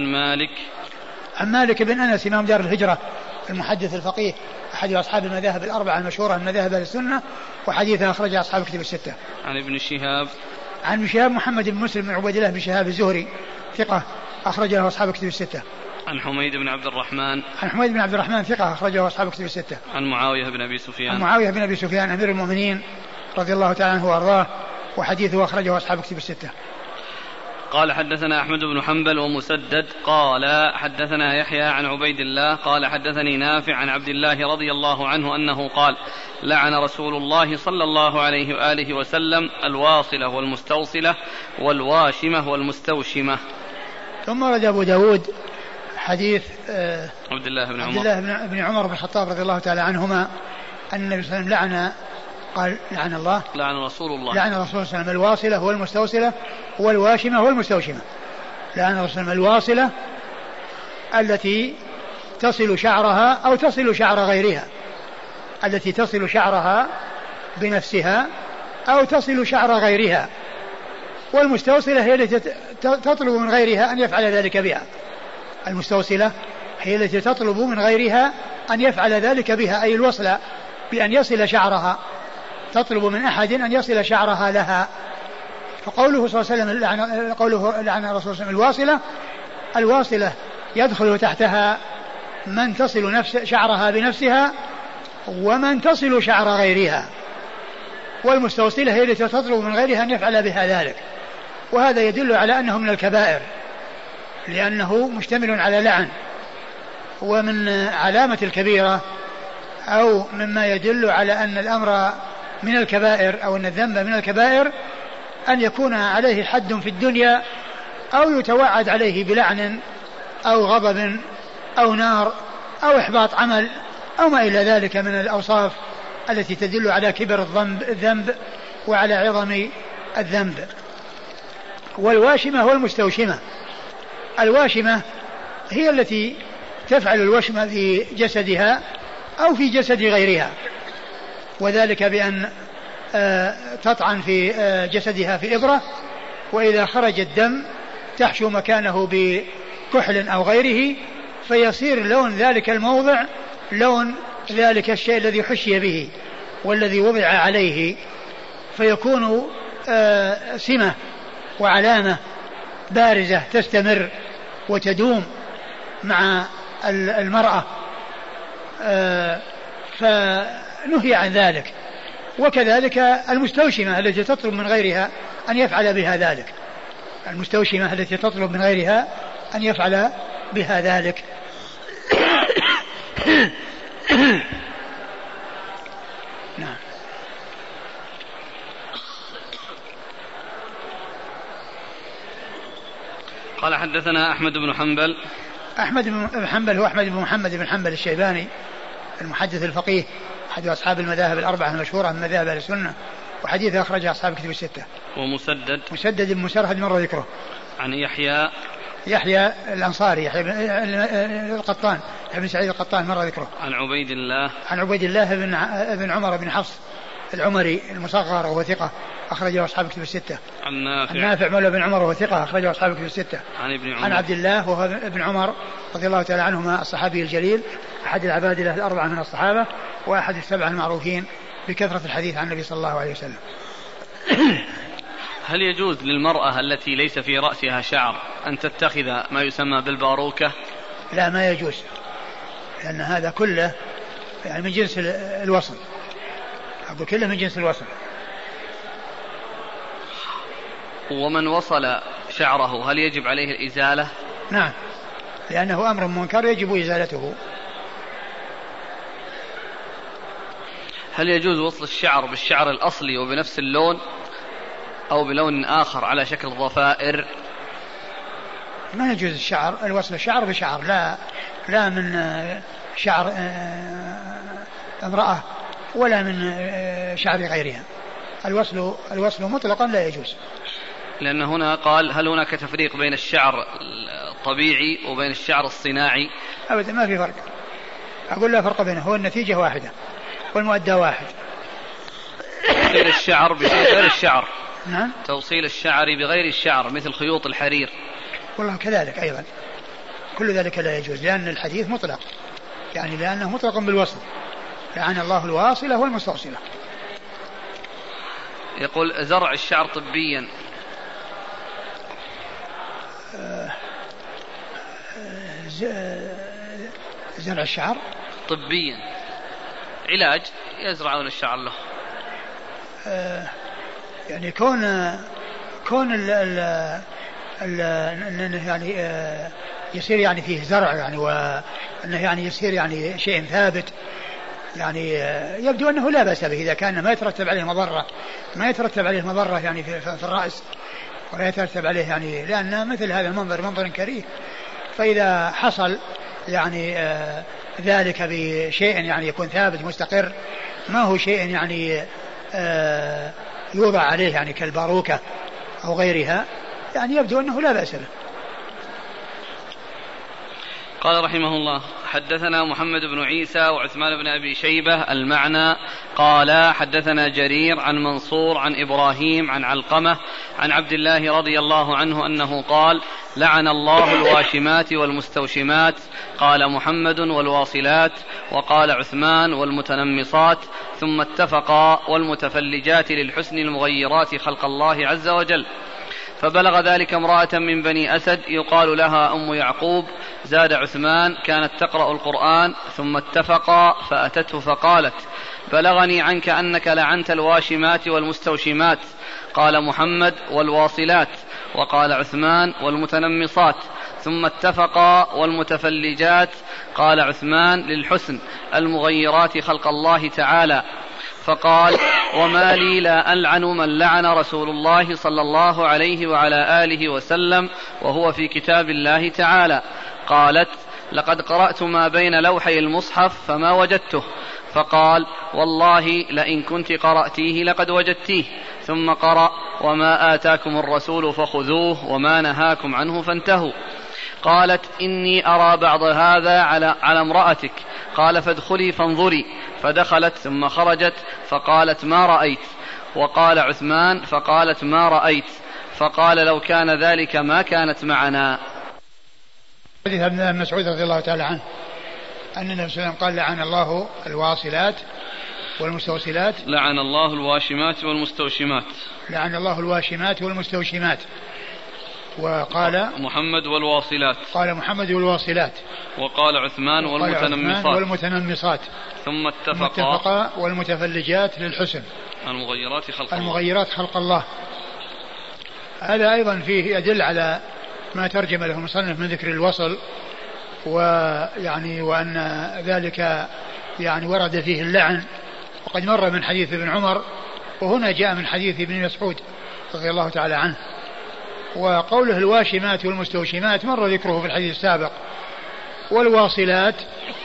عن مالك بن أنس إمام دار الهجرة المحدث الفقيه أحد أصحاب المذاهب الأربعة المشهورة من مذاهب السنة، وحديثه أخرجه أصحاب كتب الستة. عن ابن شهاب محمد بن مسلم بن عبيد الله بن شهاب الزهري ثقة أخرجه له أصحاب كتب الستة. عن حميد بن عبد الرحمن ثقة أخرجه أصحاب كتب الستة. عن معاوية بن أبي سفيان أمير المؤمنين رضي الله تعالى عنه وأرضاه، وحديثه أخرجه أصحاب كتب الستة. قال حدثنا أحمد بن حنبل ومسدد قال حدثنا يحيى عن عبيد الله قال حدثني نافع عن عبد الله رضي الله عنه أنه قال لعن رسول الله صلى الله عليه وآله وسلم الواصلة والمستوصلة والواشمة والمستوشمة. ثم ورد أبو داود حديث عبد الله بن عمر بن الخطاب رضي الله تعالى عنهما أن النبي صلى الله عليه وسلم لعن رسول الله صلى الله عليه وسلم الواصلة والمستوصلة والواشمة والمستوشمة. لعن رسول الله الواصلة التي تصل شعرها أو تصل شعر غيرها، التي تصل شعرها بنفسها أو تصل شعر غيرها، والمستوصلة هي التي تطلب من غيرها أن يفعل ذلك بها. المستوصلة هي التي تطلب من غيرها أن يفعل ذلك بها، أي الوصل بأن يصل شعرها، تطلب من أحد أن يصل شعرها لها. فقوله صلى الله عليه وسلم لعن رسول الله الواصلة يدخل تحتها من تصل شعرها بنفسها ومن تصل شعر غيرها، والمستوصلة هي التي تطلب من غيرها أن يفعل بها ذلك. وهذا يدل على أنه من الكبائر لأنه مشتمل على لعن. ومن علامة الكبيرة أو مما يدل على أن الأمر من الكبائر أو أن الذنب من الكبائر أن يكون عليه حد في الدنيا أو يتوعد عليه بلعن أو غضب أو نار أو إحباط عمل أو ما إلى ذلك من الأوصاف التي تدل على كبر الذنب وعلى عظم الذنب. والواشمة والمستوشمة، الواشمة هي التي تفعل الوشم في جسدها أو في جسد غيرها، وذلك بأن تطعن في جسدها في إبرة، وإذا خرج الدم تحشو مكانه بكحل أو غيره، فيصير لون ذلك الموضع لون ذلك الشيء الذي حشي به والذي وضع عليه، فيكون سمة وعلامة بارزة تستمر وتدوم مع المرأة، فنهي عن ذلك. وكذلك المستوشمة التي تطلب من غيرها أن يفعل بها ذلك، المستوشمة التي تطلب من غيرها أن يفعل بها ذلك. نعم. قال حدثنا أحمد بن حنبل. أحمد بن حنبل هو أحمد بن محمد بن حنبل الشيباني المحدث الفقيه أحد أصحاب المذاهب الأربعة المشهورة من مذاهب أهل السنة، وحديثه أخرجه أصحاب كتب الستة. مسدد بن مسرهد مر ذكره. عن يحيى الأنصاري يحيى القطان بن سعيد القطان مر ذكره. عن عبيد الله بن عمر بن حفص العمري المصغر وهو ثقة أخرجه أصحاب كتب الستة. عن نافع مولى بن عمر وهو ثقة أخرجه أصحاب كتب الستة. عن عبد الله وهو ابن عمر رضي الله تعالى عنهما الصحابي الجليل أحد العبادلة الأربعة من الصحابة وأحد السبعة المعروفين بكثرة الحديث عن النبي صلى الله عليه وسلم. هل يجوز للمرأة التي ليس في رأسها شعر أن تتخذ ما يسمى بالباروكة؟ لا، ما يجوز، لأن هذا كله يعني من جنس الوصل، أقول كله من جنس الوصل. ومن وصل شعره هل يجب عليه الإزالة؟ نعم، لأنه أمر منكر يجب إزالته. هل يجوز وصل الشعر بالشعر الأصلي وبنفس اللون أو بلون آخر على شكل ضفائر؟ ما يجوز الوصل الشعر بشعر، لا من شعر امرأة ولا من شعر غيرها. الوصل مطلقا لا يجوز. لأن هنا قال هل هناك تفريق بين الشعر الطبيعي وبين الشعر الصناعي؟ أبدا ما في فرق، أقول لا فرق بينه، هو النتيجة واحدة والمؤدى واحد. توصيل الشعر بغير الشعر. نعم، توصيل الشعر بغير الشعر مثل خيوط الحرير. والله كذلك أيضا، كل ذلك لا يجوز، لأن الحديث مطلق، يعني لأنه مطلق بالوصل. لعن الله الواصلة والمستوصلة. يقول زرع الشعر طبيا. زرع الشعر طبيا علاج يزرعون الشعر له. يعني كون يعني يصير يعني فيه زرع، يعني وأنه يعني يصير يعني شيء ثابت، يعني يبدو أنه لا بأس به إذا كان ما يترتب عليه مضرة يعني في الرأس، ولا يترتب عليه يعني، لأن مثل هذا المنظر منظر كريه. فإذا حصل يعني ذلك بشيء يعني يكون ثابت مستقر، ما هو شيء يعني يوضع عليه يعني كالباروكة أو غيرها، يعني يبدو أنه لا بأس به. قال رحمه الله حدثنا محمد بن عيسى وعثمان بن أبي شيبة المعنى قال حدثنا جرير عن منصور عن إبراهيم عن علقمة عن عبد الله رضي الله عنه أنه قال لعن الله الواشمات والمستوشمات. قال محمد والواصلات، وقال عثمان والمتنمصات، ثم اتفقا والمتفلجات للحسن المغيرات خلق الله عز وجل. فبلغ ذلك امرأة من بني أسد يقال لها أم يعقوب. زاد عثمان كانت تقرأ القرآن. ثم اتفقا فأتته فقالت بلغني عنك أنك لعنت الواشمات والمستوشمات. قال محمد والواصلات، وقال عثمان والمتنمصات. ثم اتفقا والمتفلجات. قال عثمان للحسن المغيرات خلق الله تعالى. فقال وما لي لا ألعن من لعن رسول الله صلى الله عليه وعلى آله وسلم وهو في كتاب الله تعالى. قالت لقد قرأت ما بين لوحي المصحف فما وجدته. فقال والله لئن كنت قرأتيه لقد وجدتيه. ثم قرأ وما آتاكم الرسول فخذوه وما نهاكم عنه فانتهوا. قالت إني أرى بعض هذا على امرأتك. قال فادخلي فانظري. فدخلت ثم خرجت فقالت ما رأيت. وقال عثمان فقالت ما رأيت. فقال لو كان ذلك ما كانت معنا. حديث ابن مسعود رضي الله تعالى عنه أن النبي صلى الله عليه وسلم قال لعن الله الواصلات والمستوصلات. لعن الله الواشمات والمستوشمات. لعن الله الواشمات والمستوشمات. وقال محمد والواصلات. قال محمد والواصلات. وقال عثمان والمتنمصات. ثم اتفقا والمتفلجات للحسن المغيرات خلق الله. هذا أيضا فيه يدل على ما ترجم له المصنف من ذكر الوصل، ويعني وأن ذلك يعني ورد فيه اللعن، وقد مر من حديث ابن عمر، وهنا جاء من حديث ابن مسعود رضي الله تعالى عنه. وقوله الواشمات والمستوشمات مر ذكره في الحديث السابق، والواصلات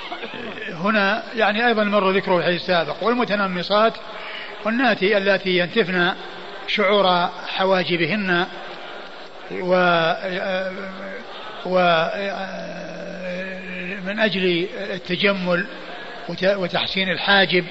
هنا يعني أيضا مر ذكره في الحديث السابق. والمتنمصات والناتي التي ينتفن شعور حواجبهن ومن أجل التجمل وتحسين الحاجب.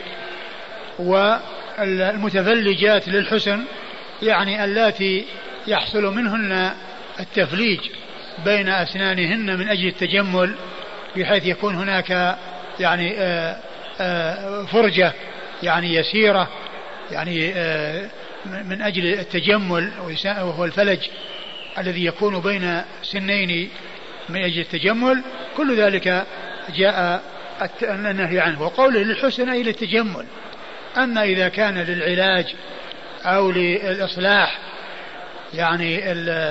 والمتفلجات للحسن يعني اللاتي يحصل منهن التفليج بين أسنانهن من أجل التجمل، بحيث يكون هناك يعني فرجة يعني يسيرة يعني من أجل التجمل، وهو الفلج الذي يكون بين سنين من أجل التجمل، كل ذلك جاء النهي عنه. وقوله للحسن أي للتجمل. أما إذا كان للعلاج أو للإصلاح يعني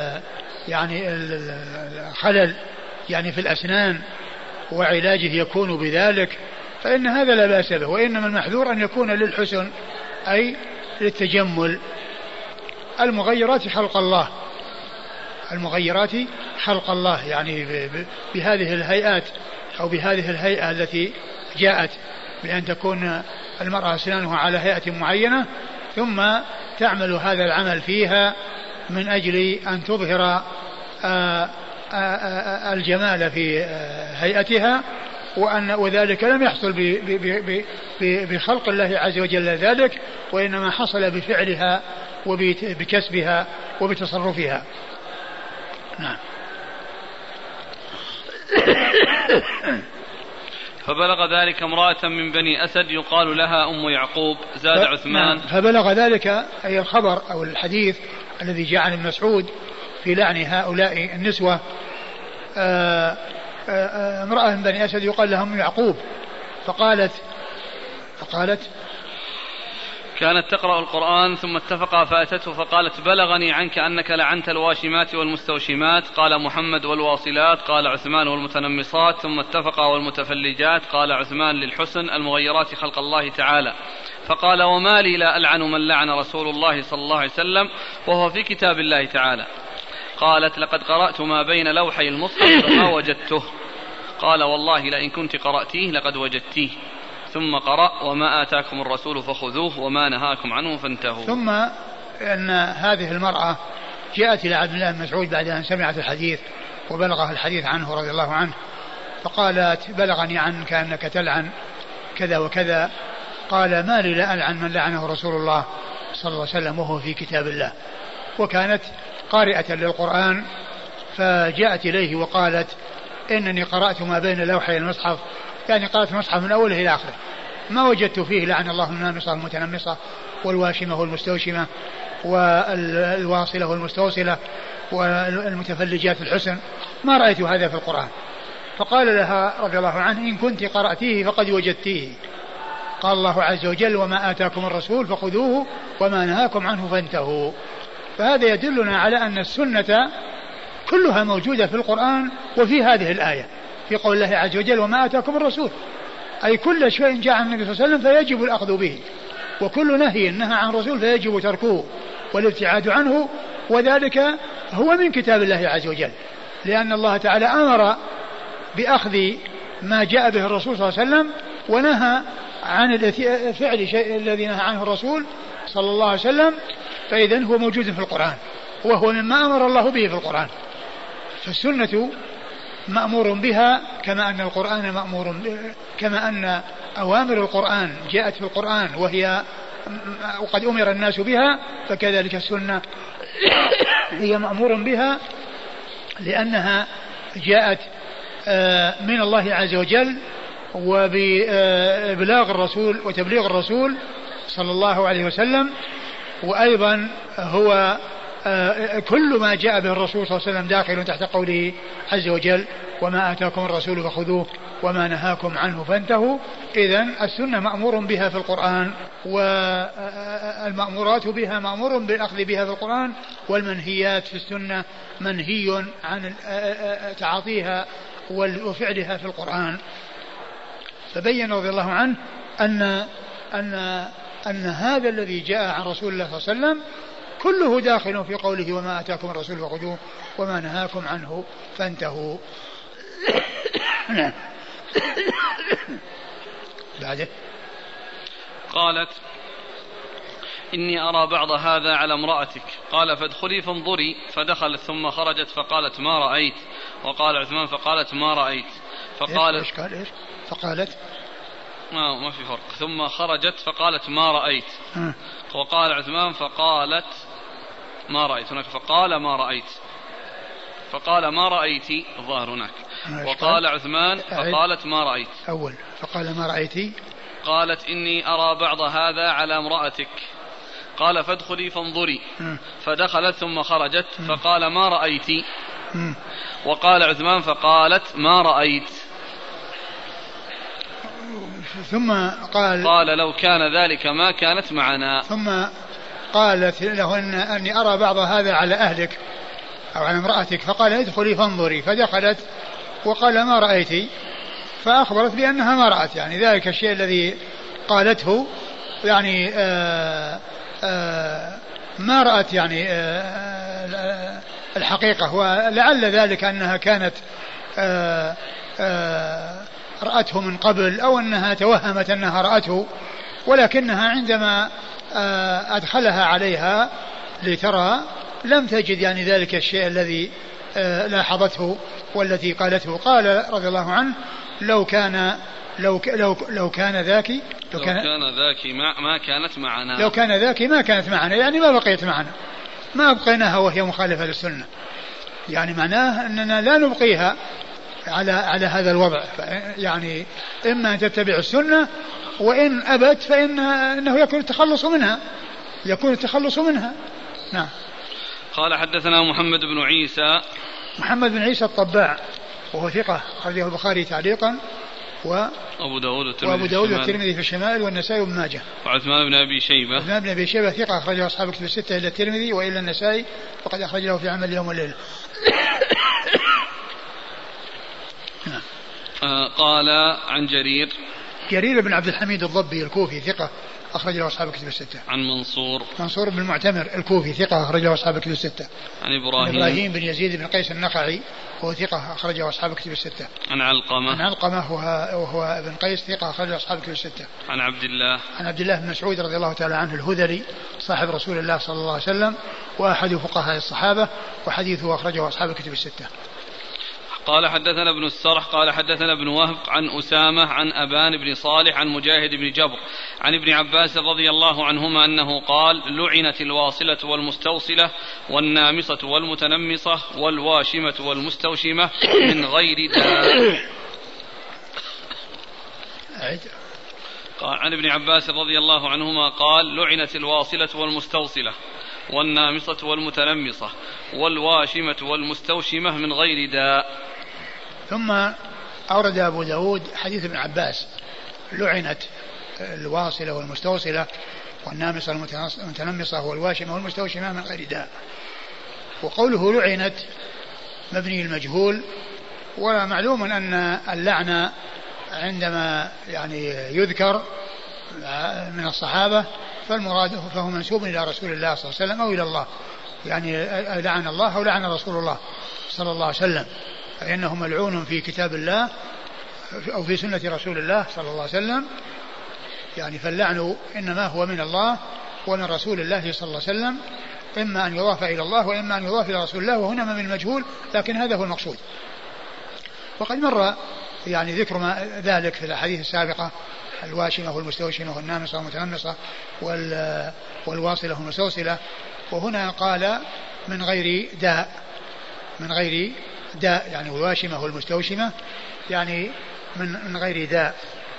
الخلل يعني في الأسنان وعلاجه يكون بذلك فإن هذا لا بأس به. وإنما المحذور أن يكون للحسن أي للتجمل. المغيرات خلق الله، المغيرات خلق الله يعني بهذه الهيئات أو بهذه الهيئة التي جاءت بأن تكون المرأة أسنانها على هيئة معينة ثم تعمل هذا العمل فيها من أجل أن تظهر الجمال في هيئتها، وذلك لم يحصل بخلق الله عز وجل ذلك، وإنما حصل بفعلها وبكسبها وبتصرفها. نعم. فبلغ ذلك امرأة من بني أسد يقال لها أم يعقوب. زاد عثمان. فبلغ ذلك أي الخبر أو الحديث الذي جاء عن ابن مسعود في لعن هؤلاء النسوة، امرأة من بني أسد يقال لها أم يعقوب، فقالت كانت تقرأ القرآن ثم اتفقا فأتته فقالت بلغني عنك أنك لعنت الواشمات والمستوشمات. قال محمد والواصلات. قال عثمان والمتنمصات. ثم اتفقا والمتفلجات. قال عثمان للحسن المغيرات خلق الله تعالى. فقال وما لي لا ألعن من لعن رسول الله صلى الله عليه وسلم وهو في كتاب الله تعالى. قالت لقد قرأت ما بين لوحي المصحف فما وجدته. قال والله لئن كنت قرأتيه لقد وجدتيه. ثم قرأ وما آتاكم الرسول فخذوه وما نهاكم عنه فانتهوا. ثم أن هذه المرأة جاءت إلى عبد الله بن مسعود بعد أن سمعت الحديث وبلغها الحديث عنه رضي الله عنه، فقالت بلغني عنك أنك تلعن كذا وكذا. قال ما لي لا ألعن من لعنه رسول الله صلى الله عليه وسلم وهو في كتاب الله. وكانت قارئة للقرآن فجاءت إليه وقالت إنني قرأت ما بين لوحي المصحف، يعني قرأت المصحف من أوله إلى آخره ما وجدت فيه لعن الله النامصة والمتنمصة والواشمة والمستوشمة والواصلة والمستوصلة والمتفلجات الحسن، ما رأيت هذا في القرآن. فقال لها رضي الله عنه إن كنت قرأتيه فقد وجدتيه. قال الله عز وجل وما آتاكم الرسول فخذوه وما نهاكم عنه فانتهوا. فهذا يدلنا على أن السنة كلها موجودة في القرآن وفي هذه الآية في قول الله عز وجل وما آتاكم الرسول، أي كل شيء جاء عن النبي صلى الله عليه وسلم فيجب الأخذ به، وكل نهي نهى عن الرسول فيجب تركه والابتعاد عنه، وذلك هو من كتاب الله عز وجل، لأن الله تعالى أمر بأخذ ما جاء به الرسول صلى الله عليه وسلم ونهى عن فعل شيء الذي نهى عنه الرسول صلى الله عليه وسلم، فإذن هو موجود في القرآن وهو مما أمر الله به في القرآن. فالسنة مأمور بها كما أن القرآن مأمور، كما أن أوامر القرآن جاءت في القرآن وقد أمر الناس بها، فكذلك السنة هي مأمور بها لأنها جاءت من الله عز وجل وبإبلاغ الرسول وتبليغ الرسول صلى الله عليه وسلم. وأيضا هو كل ما جاء به الرسول صلى الله عليه وسلم داخل تحت قوله عز وجل وما آتاكم الرسول فخذوه وما نهاكم عنه فانتهوا. إذن السنة مأمور بها في القرآن، والمأمورات بها مأمور بالأخذ بها في القرآن، والمنهيات في السنة منهي عن تعاطيها وفعلها في القرآن. فبين رضي الله عنه أن هذا الذي جاء عن رسول الله صلى الله عليه وسلم كله داخل في قوله وما آتاكم الرسول فخذوه وما نهاكم عنه فانتهوا. بعده قالت إني أرى بعض هذا على امرأتك. قال فادخلي فانظري. فدخلت ثم خرجت فقالت ما رأيت. وقال عثمان فقالت ما رأيت. فقالت ما في فرق. ثم خرجت فقالت ما رأيت. وقال عثمان فقالت ما رأيت. هناك فقال ما رأيت. فقال ما رأيتي الظاهر هناك. وقال عثمان فقالت ما رأيت. أول فقال ما رأيتي. قالت إني أرى بعض هذا على امرأتك. قال فادخلي فانظري. فدخلت ثم خرجت فقال ما رأيت؟ وقال عثمان فقالت ما رأيت. ثم قال لو كان ذلك ما كانت معنا. ثم قالت له أني أرى بعض هذا على أهلك أو على امرأتك، فقال ادخلي فانظري. فدخلت وقال ما رأيت، فأخبرت بأنها ما رأت، يعني ذلك الشيء الذي قالته يعني ما رأت يعني الحقيقة، ولعل ذلك أنها كانت رأته من قبل أو أنها توهمت أنها رأته، ولكنها عندما أدخلها عليها لترى لم تجد يعني ذلك الشيء الذي لاحظته والتي قالته. قال رضي الله عنه لو كان ذاك ما كانت معنا. لو كان ذاك ما كانت معنا، يعني ما بقيت معنا، ما أبقيناها وهي مخالفة للسنة، يعني معناه أننا لا نبقيها على هذا الوضع، يعني إما أن تتبع السنة وإن أبت فإنه يكون التخلص منها. نعم. قال حدثنا محمد بن عيسى الطباع وهو ثقة أخرجه البخاري تعليقا وأبو داود والترمذي في الشمائل والنسائي وابن ماجه. وعثمان بن أبي شيبة ثقة أخرجه أصحاب الكتب الستة إلا الترمذي وإلا النسائي وقد أخرج له في عمل اليوم والليلة. قال عن جرير بن عبد الحميد الضبي الكوفي ثقة أخرج له أصحاب الكتب الستة. عن منصور بن المعتمر الكوفي ثقة أخرج له أصحاب الكتب الستة. عن إبراهيم بن يزيد بن قيس النخعي وهو ثقة أخرج له أصحاب الكتب الستة. عن علقمة وهو ابن قيس ثقة أخرج له أصحاب الكتب الستة. عن عبد الله بن مسعود رضي الله تعالى عنه الهذلي صاحب رسول الله صلى الله عليه وسلم وأحد فقهاء الصحابة وحديثه أخرجه أصحاب الكتب الستة. قال حدثنا ابن السرح قال حدثنا ابن وهب عن أسامة عن أبان بن صالح عن مجاهد بن جبر عن ابن عباس رضي الله عنهما أنه قال لعنت الواصلة والمستوصلة والنامصة والمتنمصة والواشمة والمستوشمة من غير داء. عن ابن عباس رضي الله عنهما قال لعنت الواصلة والمستوصلة والنامصة والمتنمصة والواشمة والمستوشمة من غير داء. ثم أورد أبو داود حديث ابن عباس لعنت الواصلة والمستوصلة والنامصة والمتنمصة والواشمة والمستوشمة من غير داء. وقوله لعنت مبني المجهول، ومعلوم أن اللعنة عندما يعني يذكر من الصحابة فالمراد فهو منسوب إلى رسول الله صلى الله عليه وسلم أو إلى الله، يعني لعن الله أو لعن رسول الله صلى الله عليه وسلم، فإنه ملعون في كتاب الله أو في سنة رسول الله صلى الله عليه وسلم، يعني فاللعن إنما هو من الله ومن رسول الله صلى الله عليه وسلم، إما أن يضاف إلى الله وإما أن يضاف إلى رسول الله، وهنا من المجهول، لكن هذا هو المقصود. وقد مر يعني ذكر ما ذلك في الأحاديث السابقة، الواشمة والمستوشمة والنامصة والمتنمصة والواصلة والمستوصلة، وهنا قال من غير داء يعني الواشمة والمستوشمة يعني من غير داء.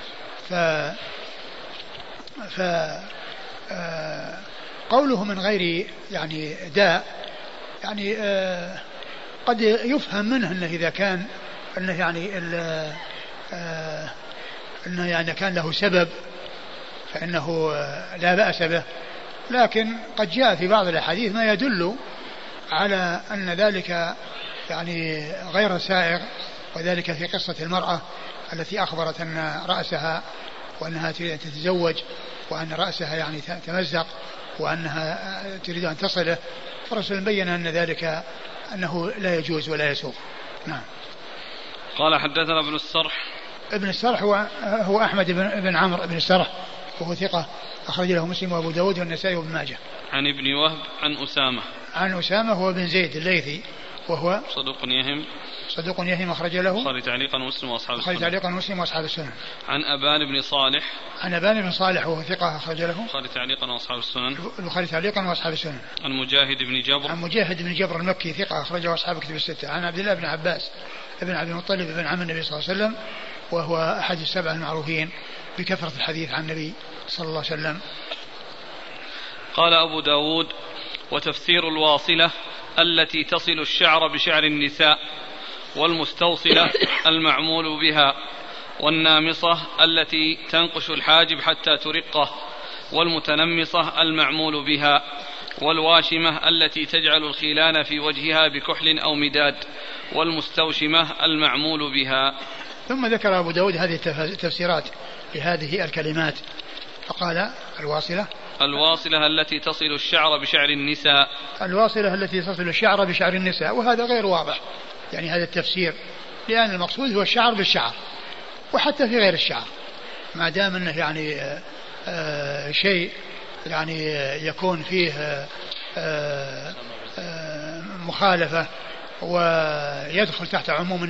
قوله من غير يعني داء يعني قد يفهم منه انه اذا كان انه يعني انه يعني كان له سبب فانه لا بأس به، لكن قد جاء في بعض الاحاديث ما يدل على ان ذلك يعني غير سائغ، وذلك في قصة المرأة التي أخبرت أن رأسها وأنها تريد أن تتزوج وأن رأسها يعني تمزق وأنها تريد أن تصله، فالرسول بين أن ذلك أنه لا يجوز ولا يسوغ. نعم. قال حدثنا ابن السرح هو أحمد بن عمرو بن السرح وهو ثقة أخرج له مسلم وأبو داود والنسائي وابن ماجه. عن ابن وهب عن أسامة هو بن زيد الليثي وهو صدوق يهم أخرج له البخاري تعليقا ومسلم وأصحاب السنن. عن أبان بن صالح وهو ثقة أخرج له البخاري تعليقا وأصحاب السنن. عن مجاهد بن جبر المكي ثقة أخرجه أصحاب الكتب الستة. عن عبد الله بن عباس ابن عبد المطلب بن عم النبي صلى الله عليه وسلم وهو أحد السبع المعروفين بكثرة الحديث عن النبي صلى الله عليه وسلم. قال أبو داود: وتفسير الواصلة التي تصل الشعر بشعر النساء، والمستوصلة المعمول بها، والنامصة التي تنقش الحاجب حتى ترقه، والمتنمصة المعمول بها، والواشمة التي تجعل الخيلان في وجهها بكحل أو مداد، والمستوشمة المعمول بها. ثم ذكر أبو داود هذه التفسيرات لهذه الكلمات فقال: الواصلة التي تصل الشعر بشعر النساء. الواصلة التي تصل الشعر بشعر النساء، وهذا غير واضح يعني هذا التفسير، لأن المقصود هو الشعر بالشعر، وحتى في غير الشعر ما دام أنه يعني شيء يعني يكون فيه مخالفة ويدخل تحت عموم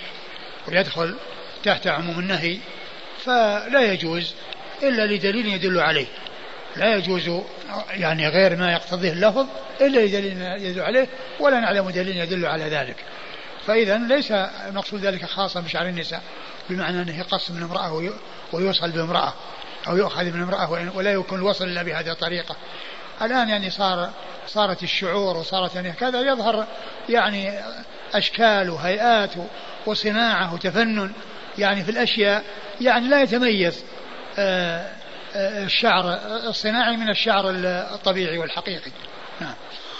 النهي فلا يجوز إلا لدليل يدل عليه، لا يجوز يعني غير ما يقتضيه اللفظ إلا لدليل يدل عليه، ولا نعلم دليل يدل على ذلك. فإذا ليس المقصود ذلك خاصا بشعر النساء بمعنى أنه يقص من امرأة ويوصل بامرأة أو يؤخذ من امرأة ولا يكون الوصل إلا بهذه الطريقة. الآن يعني صارت الشعور وصارت يعني كذا يظهر يعني أشكال وهيئات وصناعة وتفنن يعني في الأشياء، يعني لا يتميز الشعر الصناعي من الشعر الطبيعي والحقيقي. نعم.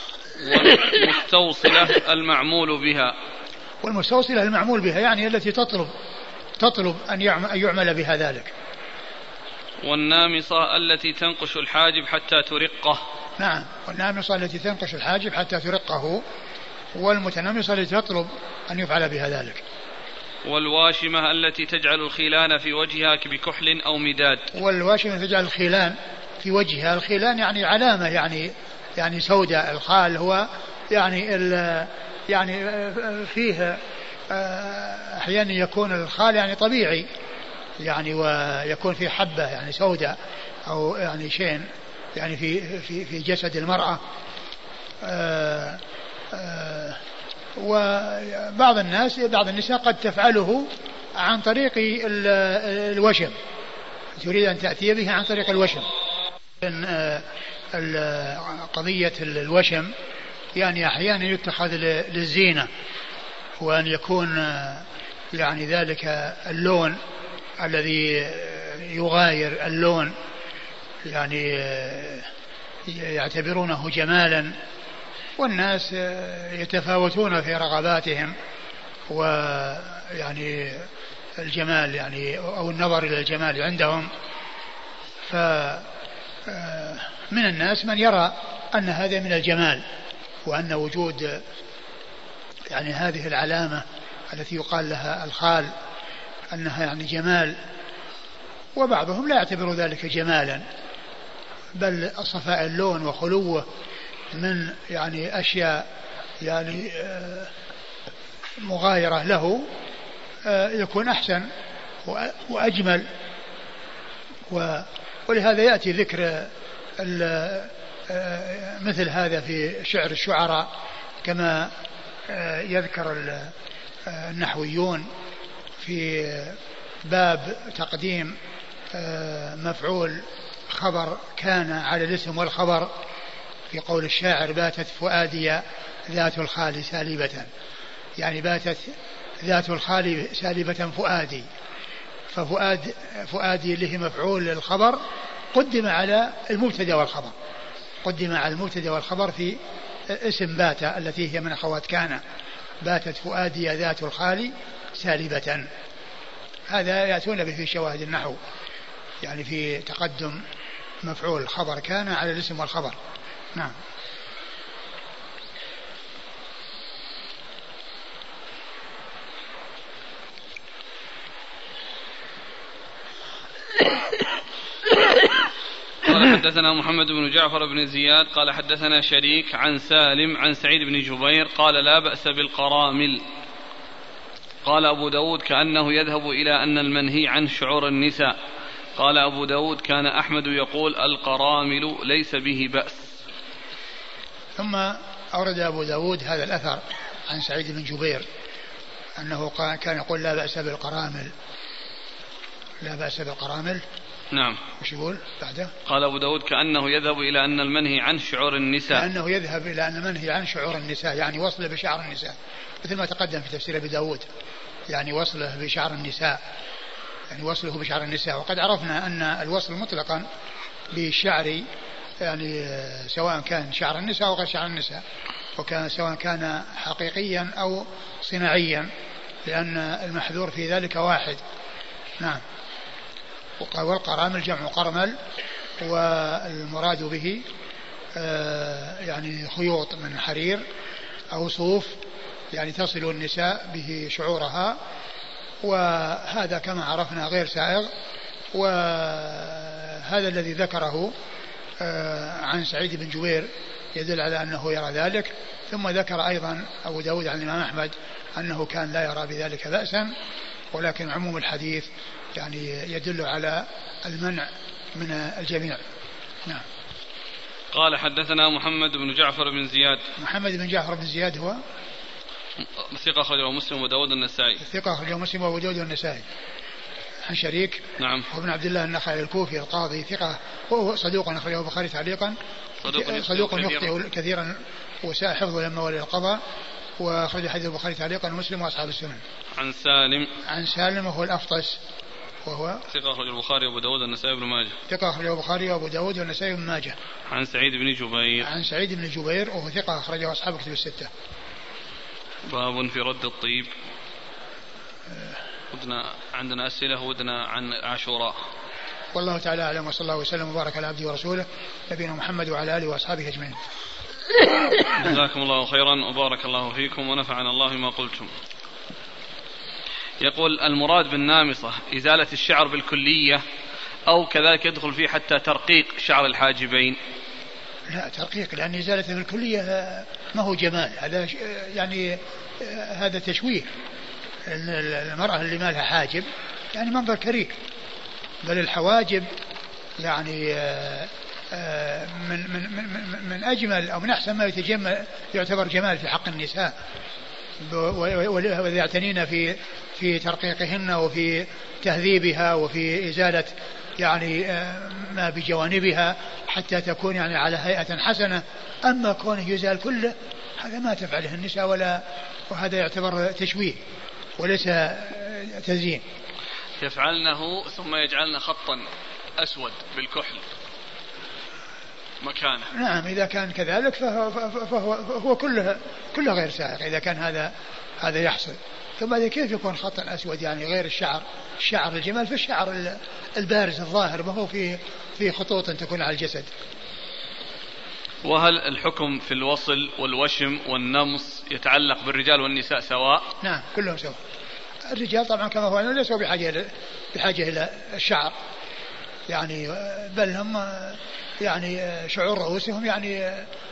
والمستوصلة المعمول بها. والمستوصلة المعمول بها يعني التي تطلب أن يعمل بها ذلك. والنامصة التي تنقش الحاجب حتى ترقه. نعم، والنامصة التي تنقش الحاجب حتى ترقه، والمتنمصة التي تطلب أن يفعل بها ذلك. والواشمة التي تجعل الخيلان في وجهها بكحل أو مداد. والواشمة تجعل الخيلان في وجهها، الخيلان يعني علامة يعني سوداء، الخال هو يعني فيه أحيانا يكون الخال يعني طبيعي يعني ويكون في حبة يعني سوداء أو يعني شيء يعني في جسد المرأة. وبعض النساء قد تفعله عن طريق الوشم، تريد أن تأتي به عن طريق الوشم. قضية الوشم يعني أحيانا يتخذ للزينة، وأن يكون يعني ذلك اللون الذي يغاير اللون يعني يعتبرونه جمالا، والناس يتفاوتون في رغباتهم ويعني الجمال يعني أو النظر إلى الجمال عندهم. فمن الناس من يرى أن هذا من الجمال، وأن وجود يعني هذه العلامة التي يقال لها الخال أنها يعني جمال، وبعضهم لا يعتبر ذلك جمالا، بل صفاء اللون وخلوه من يعني أشياء يعني مغايرة له يكون أحسن وأجمل. ولهذا يأتي ذكر مثل هذا في شعر الشعراء، كما يذكر النحويون في باب تقديم مفعول خبر كان على الاسم والخبر، في قول الشاعر: باتت فؤادي ذات الخال سالبة، يعني باتت ذات الخال سالبة فؤادي، فؤادي له مفعول الخبر قدم على المبتدا والخبر، قدم على المبتدا والخبر في اسم بات التي هي من أخوات كان، باتت فؤادي ذات الخال سالبة. هذا يأتون به في شواهد النحو، يعني في تقدم مفعول الخبر كان على الاسم والخبر. نعم. قال: حدثنا محمد بن جعفر بن زياد قال حدثنا شريك عن سالم عن سعيد بن جبير قال: لا بأس بالقرامل. قال أبو داود: كأنه يذهب إلى أن المنهي عن شعور النساء. قال أبو داود: كان أحمد يقول: القرامل ليس به بأس. ثم أورد أبو داود هذا الأثر عن سعيد بن جبير أنه كان يقول: لا بأس بالقرامل. لا بأس بالقرامل نعم. وش يقول بعده؟ قال أبو داود كأنه يذهب إلى أن المنهي عن شعور النساء. كأنه يذهب إلى أن المنهي عن شعور النساء، يعني وصله بشعر النساء، مثل ما تقدم في تفسير أبي داود، يعني وصله بشعر النساء، يعني وصله بشعر النساء. وقد عرفنا أن الوصل مطلقا بالشعر يعني سواء كان شعر النساء أو غير شعر النساء، وكان سواء كان حقيقيا أو صناعيا، لأن المحذور في ذلك واحد. نعم. والقرامل جمع قرمل، والمراد به يعني خيوط من حرير أو صوف، يعني تصل النساء به شعورها، وهذا كما عرفنا غير سائغ. وهذا الذي ذكره عن سعيد بن جبير يدل على أنه يرى ذلك. ثم ذكر أيضا أبو داود عن الإمام أحمد أنه كان لا يرى بذلك بأسا، ولكن عموم الحديث يعني يدل على المنع من الجميع. نعم. قال حدثنا محمد بن جعفر بن زياد. محمد بن جعفر بن زياد هو ثقة أخرجه مسلم وداود النسائي. ثقة أخرجه مسلم وداود النسائي. عن شريك. نعم. وابن عبد الله النخعي الكوفي القاضي ثقة، وهو صدوق أخرجه البخاري تعليقا. صدوق يخطئ كثيرا وساء حفظه لما ولي القضاء، وأخرج حديث البخاري تعليقا ومسلم وأصحاب السنن. عن سالم وهو الأفطس، وهو ثقة أخرجه البخاري وأبو داود والنسائي بن ماجه. ثقة أخرجه البخاري وأبو داود والنسائي بن ماجه. عن سعيد بن جبير وهو ثقة أخرجه أصحاب كتب الستة. باب في رد الطيب. عندنا أسئلة ودنا عن عاشوراء. والله تعالى أعلم، وصلى الله وسلم وبارك على عبده ورسوله نبينا محمد وعلى آله وأصحابه أجمعين. جزاكم الله خيرا وبارك الله فيكم ونفعنا الله ما قلتم. يقول المراد بالنامصة إزالة الشعر بالكلية أو كذلك يدخل فيه حتى ترقيق شعر الحاجبين؟ لا، ترقيق، لأن إزالة بالكلية ما هو جمال، هذا يعني هذا تشويه. المرأة اللي ما لها حاجب يعني منظر كريم، بل الحواجب يعني من أجمل أو من أحسن ما يعتبر جمال في حق النساء، ويعتنين في ترقيقهن وفي تهذيبها وفي إزالة يعني ما بجوانبها حتى تكون يعني على هيئة حسنة. أما كونه يزال كله هذا ما تفعله النساء، وهذا يعتبر تشويه وليس تزيين. يفعلنه ثم يجعلن خطا أسود بالكحل مكانه. نعم، إذا كان كذلك فهو كله غير سائغ إذا كان هذا يحصل. ثم هذا كيف يكون خطا أسود يعني غير الشعر الجمال في الشعر البارز الظاهر، ما هو في خطوط تكون على الجسد. وهل الحكم في الوصل والوشم والنمص يتعلق بالرجال والنساء سواء؟ نعم، كلهم سواء. الرجال طبعا كما هو ليسوا بحاجة إلى الشعر يعني، بل هم يعني شعور رؤوسهم يعني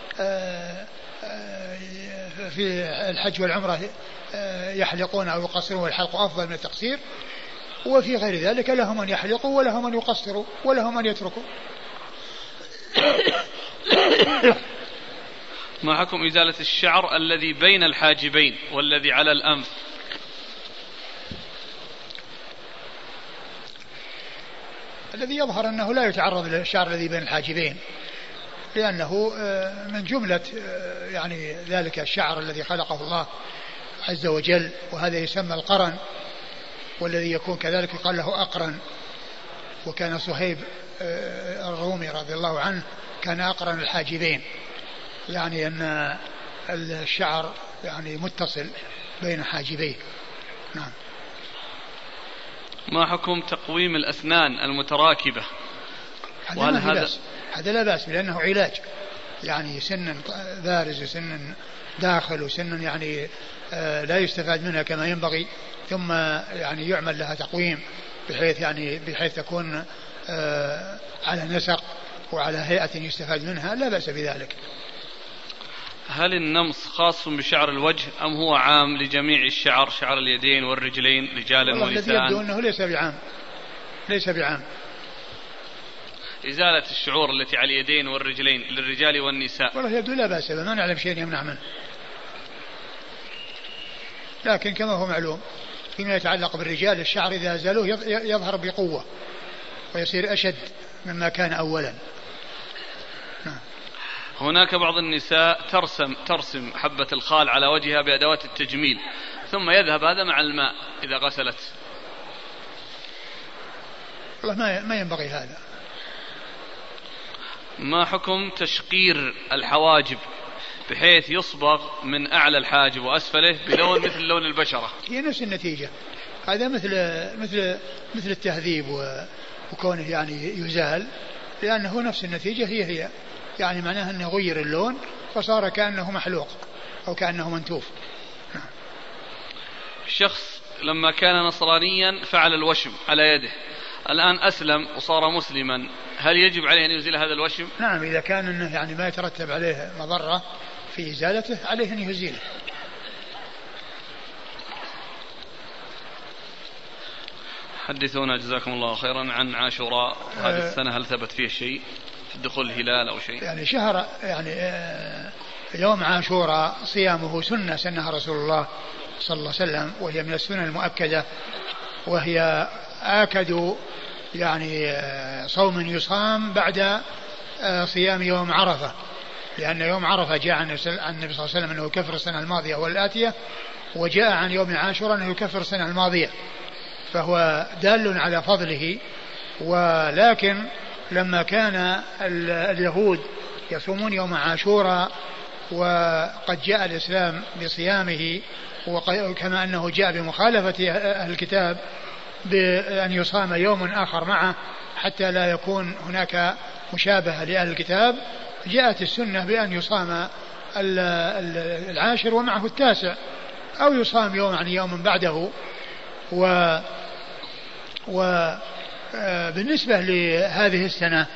في الحج والعمرة يحلقون أو يقصرون، والحلق أفضل من التقصير. وفي غير ذلك لهم أن يحلقوا ولهم أن يقصروا ولهم أن يتركوا. ما حكم إزالة الشعر الذي بين الحاجبين والذي على الأنف؟ الذي يظهر أنه لا يتعرض للشعر الذي بين الحاجبين، لأنه من جملة يعني ذلك الشعر الذي خلقه الله عز وجل، وهذا يسمى القرن، والذي يكون كذلك يقال له أقرن. وكان صهيب الرومي رضي الله عنه كان أقرن الحاجبين، يعني أن الشعر يعني متصل بين حاجبيه. نعم. ما حكم تقويم الأسنان المتراكبة؟ هذا لا بأس، لأنه علاج، يعني سن بارز وسن داخل وسن يعني لا يستفاد منها كما ينبغي، ثم يعني يعمل لها تقويم بحيث تكون على نسق وعلى هيئة يستفاد منها، لا بأس بذلك. هل النمص خاص بشعر الوجه أم هو عام لجميع الشعر، شعر اليدين والرجلين رجالا ونساء؟ الذي يبدو أنه ليس بعام. إزالة الشعور التي على اليدين والرجلين للرجال والنساء والله يبدو لا بأس، ما نعلم شيء يمنع منه، لكن كما هو معلوم فيما يتعلق بالرجال الشعر إذا أزالوه يظهر بقوة ويصير أشد مما كان أولا. هناك بعض النساء ترسم حبة الخال على وجهها بأدوات التجميل ثم يذهب هذا مع الماء إذا غسلت. والله ما ينبغي هذا. ما حكم تشقير الحواجب بحيث يصبغ من أعلى الحاجب وأسفله بلون مثل لون البشرة؟ هي نفس النتيجة، هذا مثل التهذيب وكونه يعني يزال، لأنه نفس النتيجة هي يعني معناها أنه غير اللون فصار كأنه محلوق أو كأنه منتوف. شخص لما كان نصرانيا فعل الوشم على يده، الآن أسلم وصار مسلما، هل يجب عليه أن يزيل هذا الوشم؟ نعم، إذا كان أنه يعني ما يترتب عليه مضرة في إزالته عليه أن يزيله. حدثونا جزاكم الله خيرا عن عاشوراء هذه السنة، هل ثبت فيه شيء في دخول الهلال أو شيء؟ يعني شهر يعني يوم عاشوراء صيامه سنها رسول الله صلى الله عليه وسلم، وهي من السنن المؤكدة، وهي آكد يعني صوم يصام بعد صيام يوم عرفة، لأن يوم عرفة جاء عن النبي صلى الله عليه وسلم أنه يكفر السنة الماضية والآتية، وجاء عن يوم عاشوراء أنه يكفر السنة الماضية، فهو دال على فضله. ولكن لما كان اليهود يصومون يوم عاشوراء وقد جاء الإسلام بصيامه، وكما أنه جاء بمخالفة أهل الكتاب بأن يصام يوم آخر معه حتى لا يكون هناك مشابهة لأهل الكتاب، جاءت السنة بأن يصام العاشر ومعه التاسع، أو يصام يوم بعده. بالنسبة لهذه السنة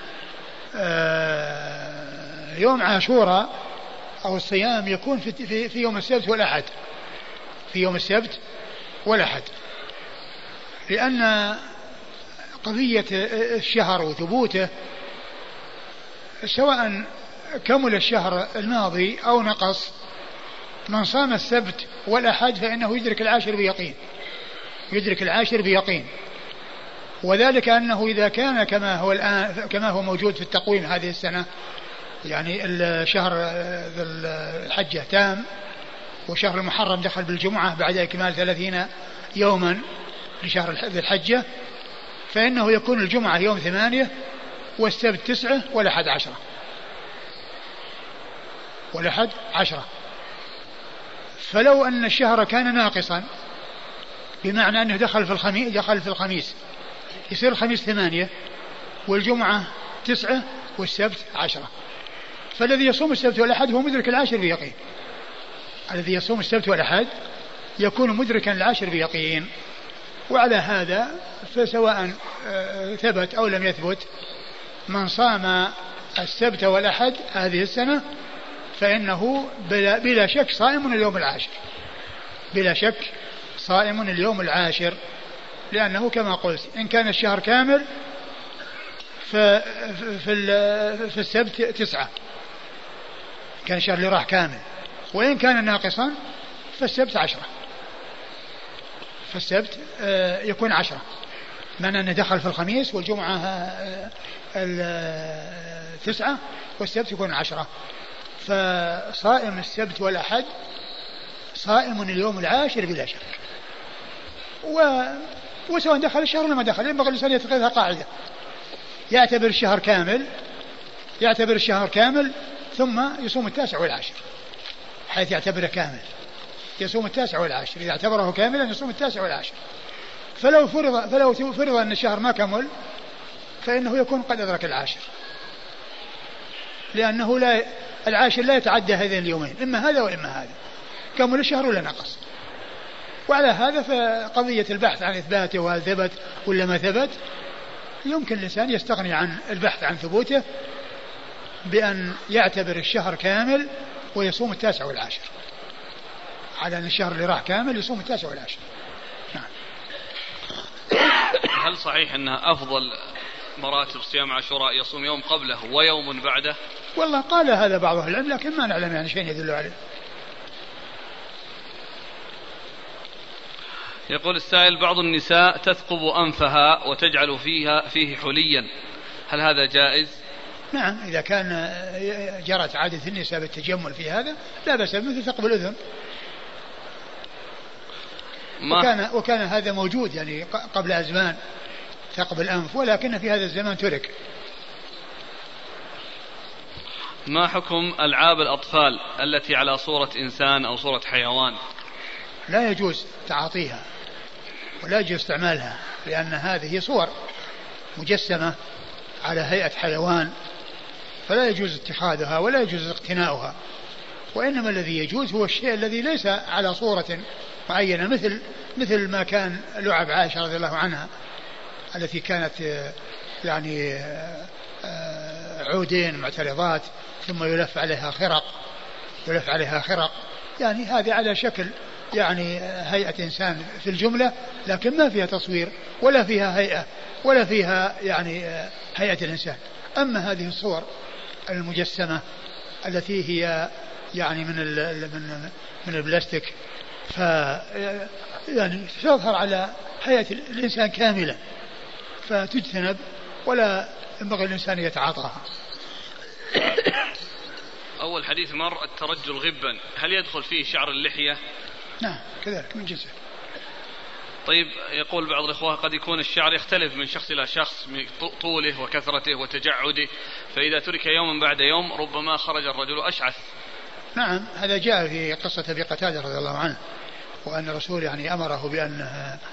يوم عاشوراء أو الصيام يكون في يوم السبت والأحد، في يوم السبت والأحد، لأن قضية الشهر وثبوته سواء كمل الشهر الماضي أو نقص، من صام السبت والأحد فإنه يدرك العاشر بيقين، وذلك أنه إذا كان كما هو موجود في التقويم هذه السنة، يعني الشهر الحجة تام، وشهر المحرم دخل بالجمعة بعد إكمال 30 يوما لشهر الحجة، فإنه يكون الجمعة يوم 8 والسبت 9 والأحد 10. فلو أن الشهر كان ناقصا بمعنى أنه دخل في الخميس يصير الخميس 8 والجمعة 9 والسبت 10، فالذي يصوم السبت والأحد هو مدرك العاشر بيقين. الذي يصوم السبت والأحد يكون مدركا العاشر بيقين. وعلى هذا فسواء ثبت أو لم يثبت، من صام السبت والأحد هذه السنة فإنه بلا شك صائم اليوم العاشر، لأنه كما قلت إن كان الشهر كامل في السبت 9، كان الشهر اللي راح كامل، وإن كان ناقصا فالسبت 10، فالسبت يكون 10، معنى أنه دخل في الخميس والجمعة 9 والسبت يكون 10. فصائم السبت والأحد صائم اليوم العاشر بلا شك، وسواء دخل الشهر ولا ما دخل ينبغي الإنسان يتخذها قاعدة، يعتبر الشهر كامل ثم يصوم 9 والعاشر، حيث يعتبره كامل يصوم 9 والعاشر، إذا اعتبره كاملا يصوم 9 والعاشر. فلو فرض أن الشهر ما كمل فإنه يكون قد أدرك العاشر، لأنه العاشر لا يتعدى هذين اليومين، إما هذا وإما هذا، كمل الشهر ولا نقص. وعلى هذا فقضية البحث عن إثباته وهل ثبت ولا ما ثبت، يمكن الإنسان يستغني عن البحث عن ثبوته بأن يعتبر الشهر كامل ويصوم 9 والعاشر، على أن الشهر اللي راح كامل يصوم 9 والعاشر. نعم. هل صحيح أنها أفضل مراتب صيام عاشوراء يصوم يوم قبله ويوم بعده؟ والله قال هذا بعض أهل العلم، لكن ما نعلم يعني شيء يدل عليه. يقول السائل: بعض النساء تثقب أنفها وتجعل فيه حليا، هل هذا جائز؟ نعم، إذا كان جرت عادة النساء بالتجمل في هذا لا بأس، مثل ثقب الأذن. وكان هذا موجود يعني قبل أزمان ثقب الأنف، ولكن في هذا الزمان ترك. ما حكم ألعاب الأطفال التي على صورة إنسان أو صورة حيوان؟ لا يجوز تعاطيها ولا يجوز استعمالها، لأن هذه صور مجسمة على هيئة حيوان، فلا يجوز اتخاذها ولا يجوز اقتناؤها. وإنما الذي يجوز هو الشيء الذي ليس على صورة معينة، مثل ما كان لعب عائشة رضي الله عنها التي كانت يعني عودين معترضات ثم يلف عليها خرق، يعني هذه على شكل يعني هيئة إنسان في الجملة، لكن ما فيها تصوير ولا فيها هيئة ولا فيها يعني هيئة الإنسان. أما هذه الصور المجسمة التي هي يعني من البلاستيك، يعني تظهر على هيئة الإنسان كاملة، فتجتنب ولا ينبغي الإنسان يتعاطاها. أول حديث مر الترجل غبا، هل يدخل فيه شعر اللحية؟ نعم كذلك من جنسه. طيب، يقول بعض الإخوة: قد يكون الشعر يختلف من شخص إلى شخص من طوله وكثرته وتجعده، فإذا ترك يوما بعد يوم ربما خرج الرجل أشعث. نعم، هذا جاء في قصة أبي قتادة رضي الله عنه، وأن الرسول يعني أمره بأن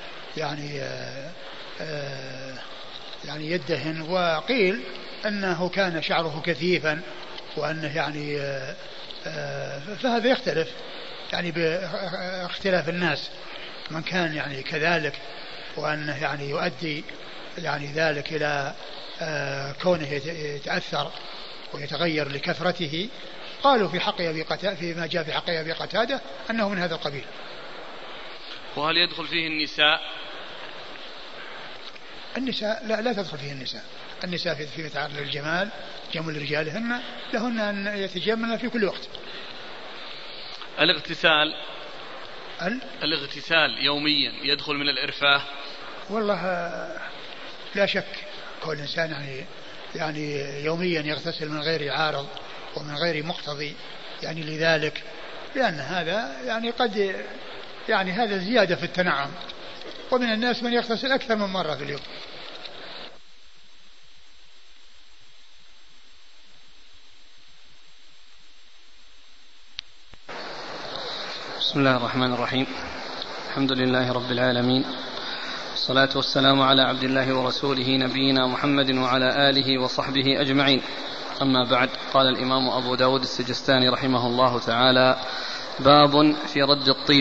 يعني يدهن، وقيل أنه كان شعره كثيفا وأنه يعني فهذا يختلف يعني باختلاف الناس، من كان يعني كذلك وأنه يعني يؤدي يعني ذلك إلى كونه يتأثر ويتغير لكثرته. قالوا في حق أبي قتادة، فيما جاء في حق أبي قتادة، أنه من هذا القبيل. وهل يدخل فيه النساء؟ النساء لا تدخل فيه النساء في متعرض للجمال جمل رجالهن، لهن أن يتجملن في كل وقت. الاغتسال يوميا يدخل من الإرفاه؟ والله لا شك كل إنسان يعني يوميا يغتسل من غير عارض ومن غير مقتضي يعني لذلك، لأن هذا يعني قد يعني هذا زيادة في التنعم، ومن الناس من يغتسل أكثر من مرة في اليوم. بسم الله الرحمن الرحيم، الحمد لله رب العالمين، والصلاة والسلام على عبد الله ورسوله نبينا محمد وعلى آله وصحبه أجمعين. أما بعد، قال الإمام أبو داود السجستاني رحمه الله تعالى: باب في رد الطيب.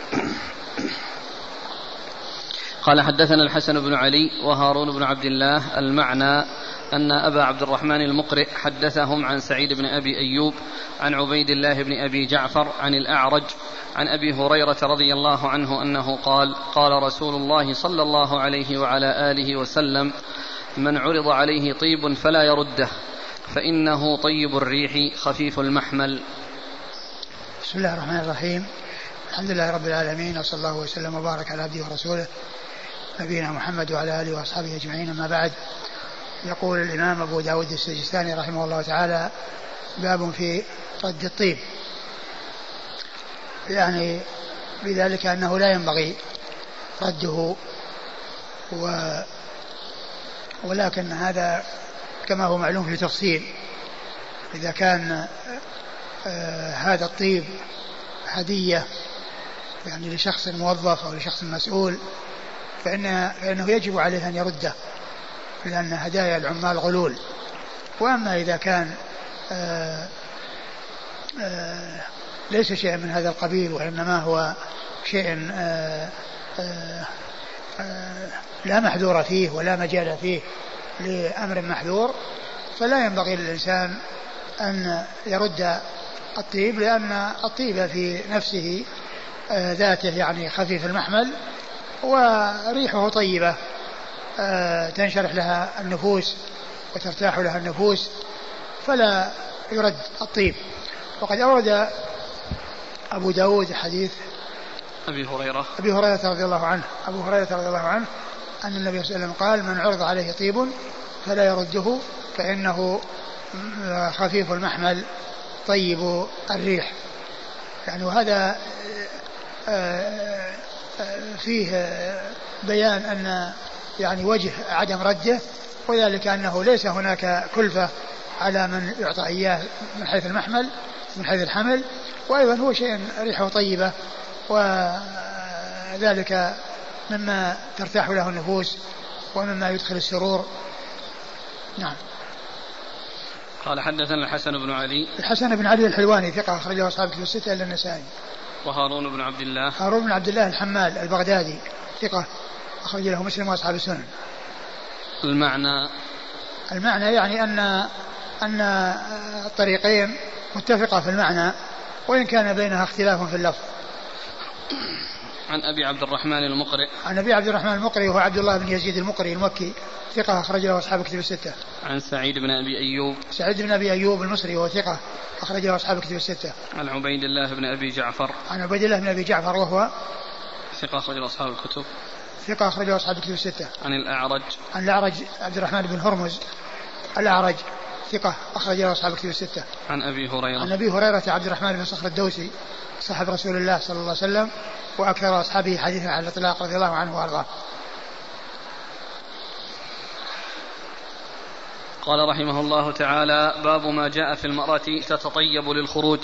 قال: حدثنا الحسن بن علي وهارون بن عبد الله، المعنى أن أبا عبد الرحمن المقرئ حدثهم عن سعيد بن أبي أيوب عن عبيد الله بن أبي جعفر عن الأعرج عن أبي هريرة رضي الله عنه أنه قال: قال رسول الله صلى الله عليه وعلى آله وسلم: من عرض عليه طيب فلا يرده، فإنه طيب الريح خفيف المحمل. بسم الله الرحمن الرحيم، الحمد لله رب العالمين، وصلى الله وسلم وبارك على عبده ورسوله نبينا محمد وعلى آله وأصحابه أجمعين. أما بعد، يقول الإمام أبو داود السجستاني رحمه الله تعالى: باب في رد الطيب، يعني بذلك أنه لا ينبغي رده، ولكن هذا كما هو معلوم في تفصيل. إذا كان هذا الطيب هدية يعني لشخص موظف أو لشخص مسؤول، فإنه يجب عليه أن يرده، لأن هدايا العمال غلول. وأما إذا كان ليس شيء من هذا القبيل، وإنما هو شيء لا محذور فيه ولا مجال فيه لأمر محذور، فلا ينبغي للإنسان أن يرد الطيب، لأن الطيب في نفسه ذاته يعني خفيف المحمل وريحه طيبة تنشرح لها النفوس وترتاح لها النفوس، فلا يرد الطيب. وقد أورد أبو داود حديث أبي هريرة رضي الله عنه أن النبي صلى الله عليه وسلم قال: من عرض عليه طيب فلا يرده فإنه خفيف المحمل طيب الريح. يعني وهذا فيه بيان أن يعني وجه عدم رده، وذلك أنه ليس هناك كلفة على من يعطى إياه من حيث المحمل من حيث الحمل، وأيضا هو شيء ريحه طيبة، وذلك مما ترتاح له النفوس ومما يدخل السرور. نعم. قال: حدثنا الحسن بن علي الحلواني ثقة أخرجه أصحاب الكتب الستة إلا النسائي. وهارون بن عبد الله الحمال البغدادي ثقة أخرج له مسلم وأصحاب السنن. المعنى يعني أن الطريقين متفقة في المعنى، وإن كان بينها اختلاف في اللفظ. عن أبي عبد الرحمن المقري وهو عبد الله بن يزيد المقري المكي ثقة أخرج له أصحاب الكتب الستة. عن سعيد بن أبي أيوب المصري وهو ثقة أخرج له أصحاب الكتب الستة. عن عبيد الله بن أبي جعفر وهو ثقة أخرج له أصحاب الكتب الستة. عن الأعرج عبد الرحمن بن هرمز الأعرج ثقة أخرج له أصحاب الكتب الستة. عن أبي هريرة عبد الرحمن بن صخر الدوسي صاحب رسول الله صلى الله عليه وسلم وأكثر أصحابه حديثا على الإطلاق رضي الله عنه وأرضاه. قال رحمه الله تعالى: باب ما جاء في المرأة تتطيب للخروج.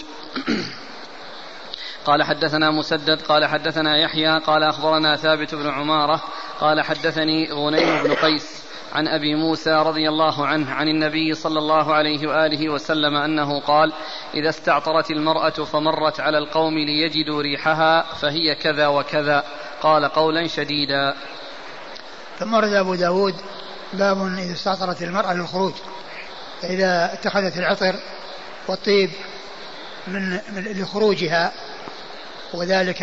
قال: حدثنا مسدد قال حدثنا يحيى قال أخبرنا ثابت بن عمارة قال حدثني غنيم بن قيس عن أبي موسى رضي الله عنه عن النبي صلى الله عليه وآله وسلم أنه قال: إذا استعطرت المرأة فمرت على القوم ليجدوا ريحها فهي كذا وكذا. قال: قولا شديدا. ثم ورد أبو داود باب إذا استعطرت المرأة للخروج، فإذا اتخذت العطر والطيب من لخروجها، وذلك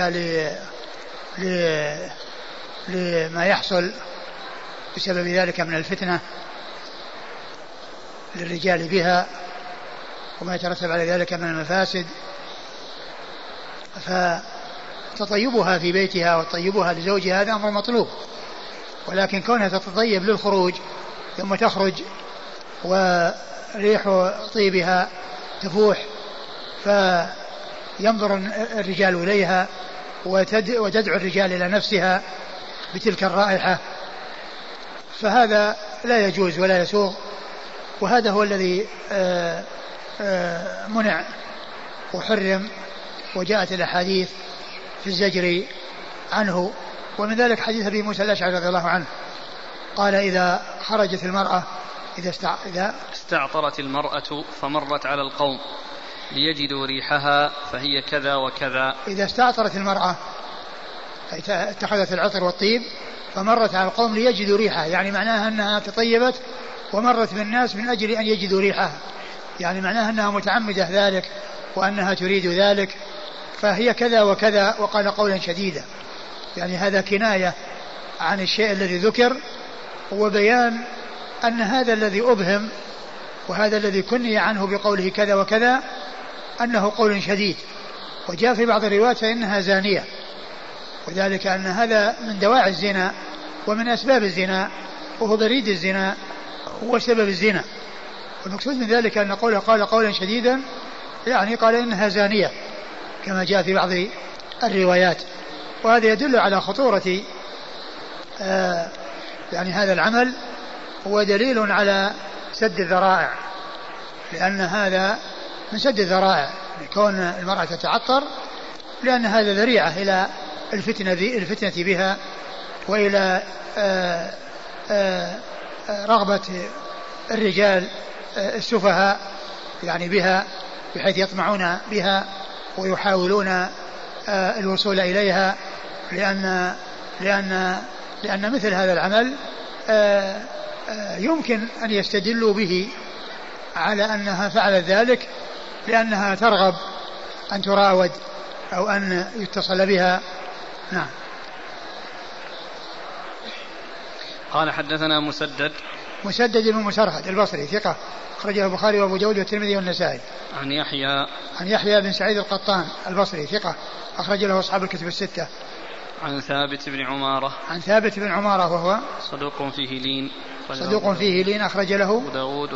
لما يحصل بسبب ذلك من الفتنة للرجال بها وما يترتب على ذلك من المفاسد، فتطيبها في بيتها وتطيبها لزوجها هذا أمر مطلوب، ولكن كونها تتطيب للخروج ثم تخرج وريح طيبها تفوح فينظر الرجال إليها وتدعو الرجال إلى نفسها بتلك الرائحة، فهذا لا يجوز ولا يسوغ، وهذا هو الذي منع وحرم، وجاءت الأحاديث في الزجر عنه. ومن ذلك حديث أبي موسى الأشعري رضي الله عنه قال: إذا خرجت المرأة إذا استعطرت المرأة فمرت على القوم ليجدوا ريحها فهي كذا وكذا. إذا استعطرت المرأة اتخذت العطر والطيب فمرت على القوم ليجدوا ريحها، يعني معناها أنها تطيبت ومرت بالناس من أجل أن يجدوا ريحها، يعني معناها أنها متعمدة ذلك وأنها تريد ذلك، فهي كذا وكذا. وقال: قولا شديدا، يعني هذا كناية عن الشيء الذي ذكر، وبيان أن هذا الذي أبهم وهذا الذي كني عنه بقوله كذا وكذا أنه قول شديد. وجاء في بعض الروايات فإنها زانية، وذلك أن هذا من دواعي الزنا ومن أسباب الزنا، وهو بريد الزنا هو سبب الزنا. والمقصود من ذلك أن قوله قال قولا شديدا، يعني قال إنها زانية كما جاء في بعض الروايات. وهذا يدل على خطورة يعني هذا العمل، ودليل على سد الذرائع، لأن هذا من سد الذرائع كون المرأة تتعطر، لأن هذا ذريعة إلى الفتنة بها وإلى رغبة الرجال السفهاء يعني بها، بحيث يطمعون بها ويحاولون الوصول إليها، لأن مثل هذا العمل يمكن أن يستدلوا به على أنها فعلت ذلك لأنها ترغب أن تراود أو أن يتصل بها. نعم. قال: حدثنا مسدد بن مسرهد البصري ثقة أخرجه البخاري وأبو داود والترمذي والنسائي. عن يحيى بن سعيد القطان البصري ثقة أخرج له أصحاب الكتب الستة. عن ثابت بن عمارة وهو صدوق فيه لين أخرج له أبو داود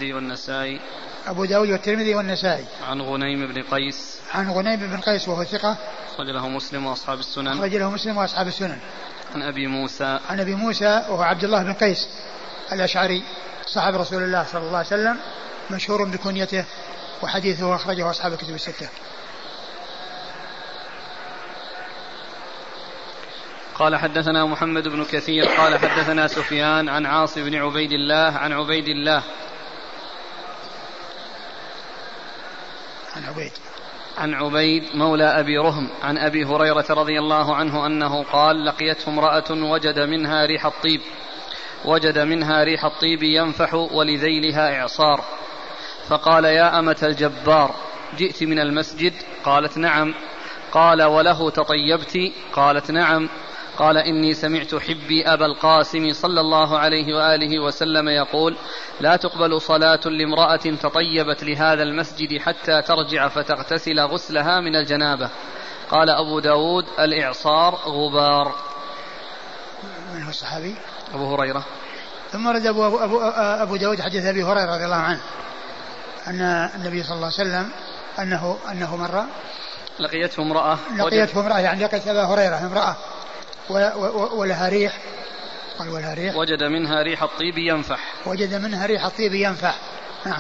والترمذي والنسائي. عن غنيم بن قيس وهو ثقة أخرج له مسلم وأصحاب السنن. عن أبي موسى وهو عبد الله بن قيس الأشعري صاحب رسول الله صلى الله عليه وسلم مشهور بكنيته وحديثه أخرجه أصحاب الكتب الستة. قال حدثنا محمد بن كثير قال حدثنا سفيان عن عاصم بن عبيد الله عن عبيد مولى أبي رهم عن أبي هريرة رضي الله عنه أنه قال لقيته امرأة وجد منها ريح الطيب ينفح ولذيلها إعصار فقال يا أمة الجبار جئت من المسجد؟ قالت نعم. قال وله تطيبت؟ قالت نعم. قال إني سمعت حبي أبا القاسم صلى الله عليه وآله وسلم يقول لا تقبل صلاة لامرأة تطيبت لهذا المسجد حتى ترجع فتغتسل غسلها من الجنابة. قال أبو داود الإعصار غبار. من هو الصحابي؟ أبو هريرة. ثم رد أبو داود حديث أبي هريرة رضي الله عنه أن النبي صلى الله عليه وسلم أنه مرة لقيته امرأة يعني لقيت أبا هريرة امرأة ولها ريح وجد منها ريح الطيب ينفح نعم.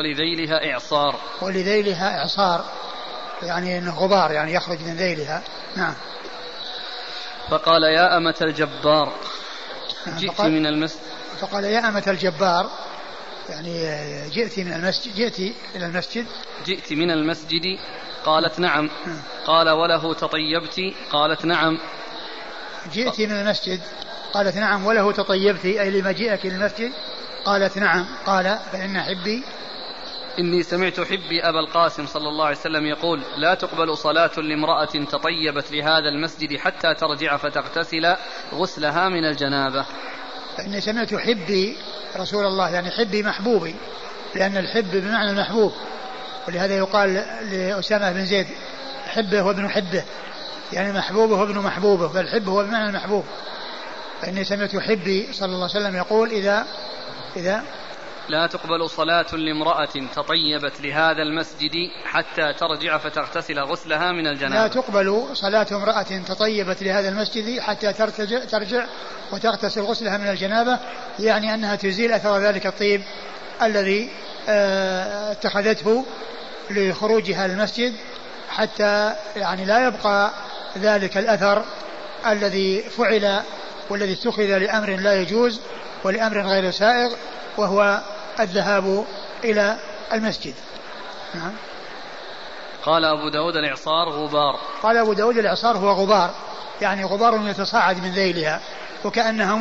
ولذيلها إعصار يعني إنه غبار يعني يخرج من ذيلها نعم. فقال يا أمة الجبار جئت من المسجد. فقال يا أمة الجبار يعني جئت إلى المسجد. جئت من المسجد؟ قالت نعم. قال وله تطيبت؟ قالت نعم. جئت من المسجد؟ قالت نعم. وله تطيبت أي لما جئك إلى المسجد؟ قالت نعم. قال فإن حبي إني سمعت حبي أبا القاسم صلى الله عليه وسلم يقول لا تقبل صلاة لامرأة تطيبت لهذا المسجد حتى ترجع فتغتسل غسلها من الجنابة. فإني سمعت حبي رسول الله يعني حبي محبوبي لأن الحب بمعنى المحبوب ولهذا يقال لأسامة بن زيد حبه وابن حبه يعني محبوبه وابن محبوبه فالحب هو بمعنى المحبوب. فإني سمعت حبي صلى الله عليه وسلم يقول إذا لا تقبل صلاة لامرأة تطيبت لهذا المسجد حتى ترجع فتغتسل غسلها من الجنابة. لا تقبل صلاة امرأة تطيبت لهذا المسجد حتى ترجع وتغتسل غسلها من الجنابة يعني أنها تزيل أثر ذلك الطيب الذي اتخذته لخروجها المسجد حتى يعني لا يبقى ذلك الأثر الذي فعل والذي اتخذ لأمر لا يجوز ولأمر غير سائغ وهو الذهاب إلى المسجد. نعم. قال أبو داود الإعصار غبار. قال أبو داود الإعصار هو غبار يعني غبار يتصاعد من ذيلها وكأنها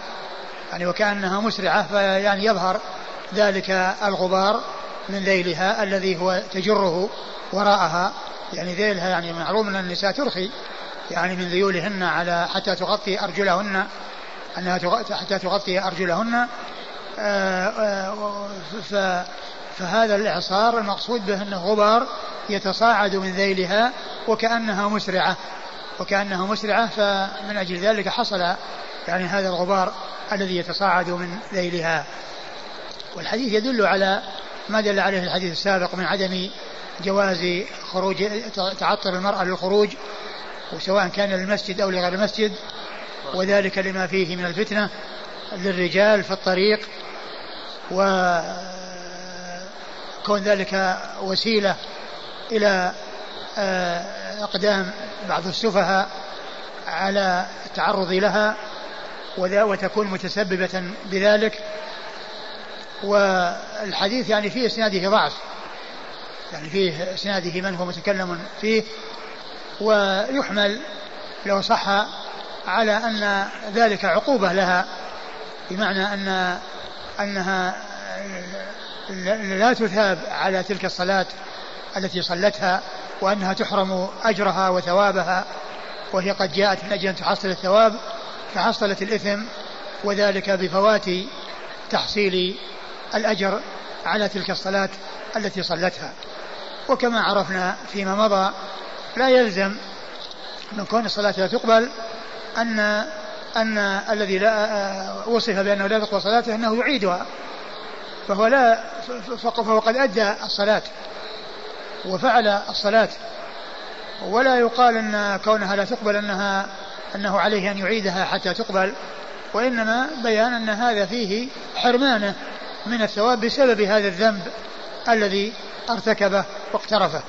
مسرعة فيعني يظهر ذلك الغبار من ذيلها الذي هو تجره وراءها يعني ذيلها يعني معلوم أن النساء ترخي يعني من ذيولهن على حتى تغطي أرجلهن حتى تغطي أرجلهن. فهذا الإعصار المقصود به أنه غبار يتصاعد من ذيلها وكأنها مسرعة فمن أجل ذلك حصل يعني هذا الغبار الذي يتصاعد من ذيلها. والحديث يدل على ما دل عليه الحديث السابق من عدم جواز خروج تعطر المرأة للخروج وسواء كان للمسجد أو لغير المسجد وذلك لما فيه من الفتنة للرجال في الطريق وكون ذلك وسيلة إلى أقدام بعض السفهاء على التعرض لها وتكون متسببة بذلك. والحديث يعني فيه إسناده ضعف يعني فيه إسناده من هو متكلم فيه ويحمل لو صح على أن ذلك عقوبة لها بمعنى أنها لا تثاب على تلك الصلاة التي صلتها وأنها تحرم أجرها وثوابها وهي قد جاءت من أجل أن تحصل الثواب فحصلت الإثم وذلك بفوات تحصيل الأجر على تلك الصلاة التي صلتها. وكما عرفنا فيما مضى لا يلزم من كون الصلاة لا تقبل أن الذي لا وصف بأنه لا تقبل صلاته أنه يعيدها، فهو قد أدى الصلاة وفعل الصلاة، ولا يقال أن كونها لا تقبل أنه عليه أن يعيدها حتى تقبل، وإنما بيان أن هذا فيه حرمانه من الثواب بسبب هذا الذنب الذي ارتكبه واقترفه.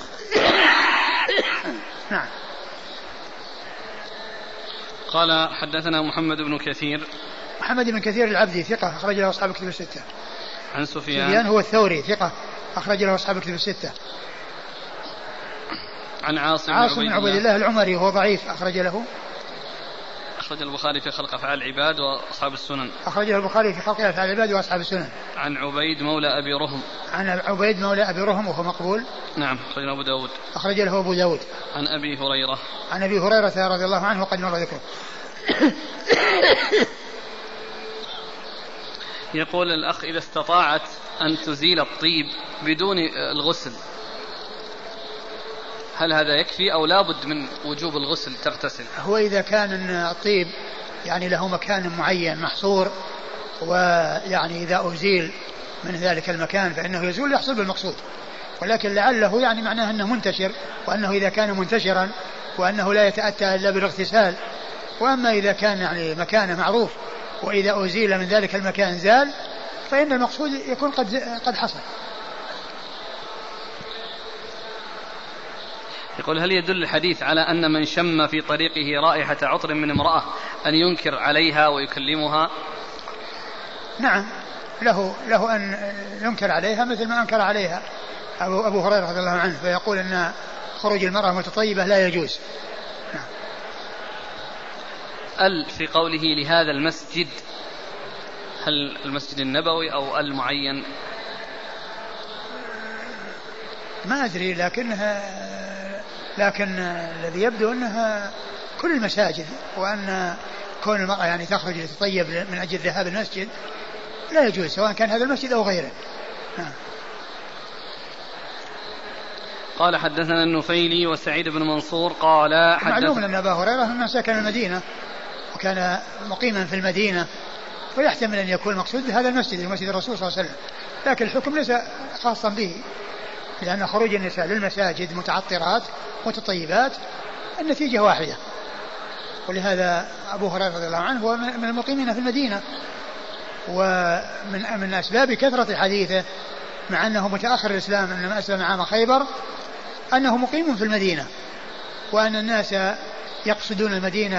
نعم. قال حدثنا محمد بن كثير. محمد بن كثير العبدي ثقة أخرج له أصحاب الكتب الستة. عن سفيان هو الثوري ثقة أخرج له أصحاب الكتب الستة. عن عاصم بن عبيد الله العمري وهو ضعيف أخرج البخاري في خلق أفعال العباد وأصحاب السنن. أخرجه البخاري في خلق أفعال العباد وأصحاب السنن. عن عبيد مولى أبي رهم. عن عبيد مولى أبي رهم وهو مقبول. نعم أخرجه أبو داود. أخرج له أبو داود. عن أبي هريرة. عن أبي هريرة رضي الله عنه وقد مر ذكره. يقول الأخ إذا استطاعت أن تزيل الطيب بدون الغسل هل هذا يكفي أو لابد من وجوب الغسل تغتسل؟ هو إذا كان الطيب يعني له مكان معين محصور، ويعني إذا أزيل من ذلك المكان فإنه يزول يحصل بالمقصود، ولكن لعله يعني معناه أنه منتشر، وأنه إذا كان منتشرا وأنه لا يتأتى إلا بالاغتسال. وأما إذا كان يعني مكانه معروف وإذا أزيل من ذلك المكان زال فإن المقصود يكون قد حصل. يقول هل يدل الحديث على أن من شم في طريقه رائحة عطر من امرأة أن ينكر عليها ويكلمها؟ نعم له أن ينكر عليها مثل ما أنكر عليها أبو هريرة رضي الله عنه، فيقول أن خروج المرأة متطيبة لا يجوز. نعم. في قوله لهذا المسجد هل المسجد النبوي أو المعين؟ ما أدري، لكن الذي يبدو أنها كل المساجد، وأن كون المرأة يعني تخرج لتطيب من أجل ذهاب المسجد لا يجوز سواء كان هذا المسجد أو غيره. قال حدثنا النفيلي وسعيد بن منصور قال معلوم أن أبا هريرة ممن سكن المدينة وكان مقيما في المدينة، ويحتمل أن يكون المقصود بهذا المسجد مسجد الرسول صلى الله عليه وسلم، لكن الحكم ليس خاصا به، لأن خروج النساء للمساجد متعطرات متطيبات النتيجة واحدة. ولهذا أبو هريرة رضي الله عنه هو من المقيمين في المدينة، ومن أسباب كثرة حديثه مع أنه متأخر الإسلام إنما أسلم عام خيبر أنه مقيم في المدينة، وأن الناس يقصدون المدينة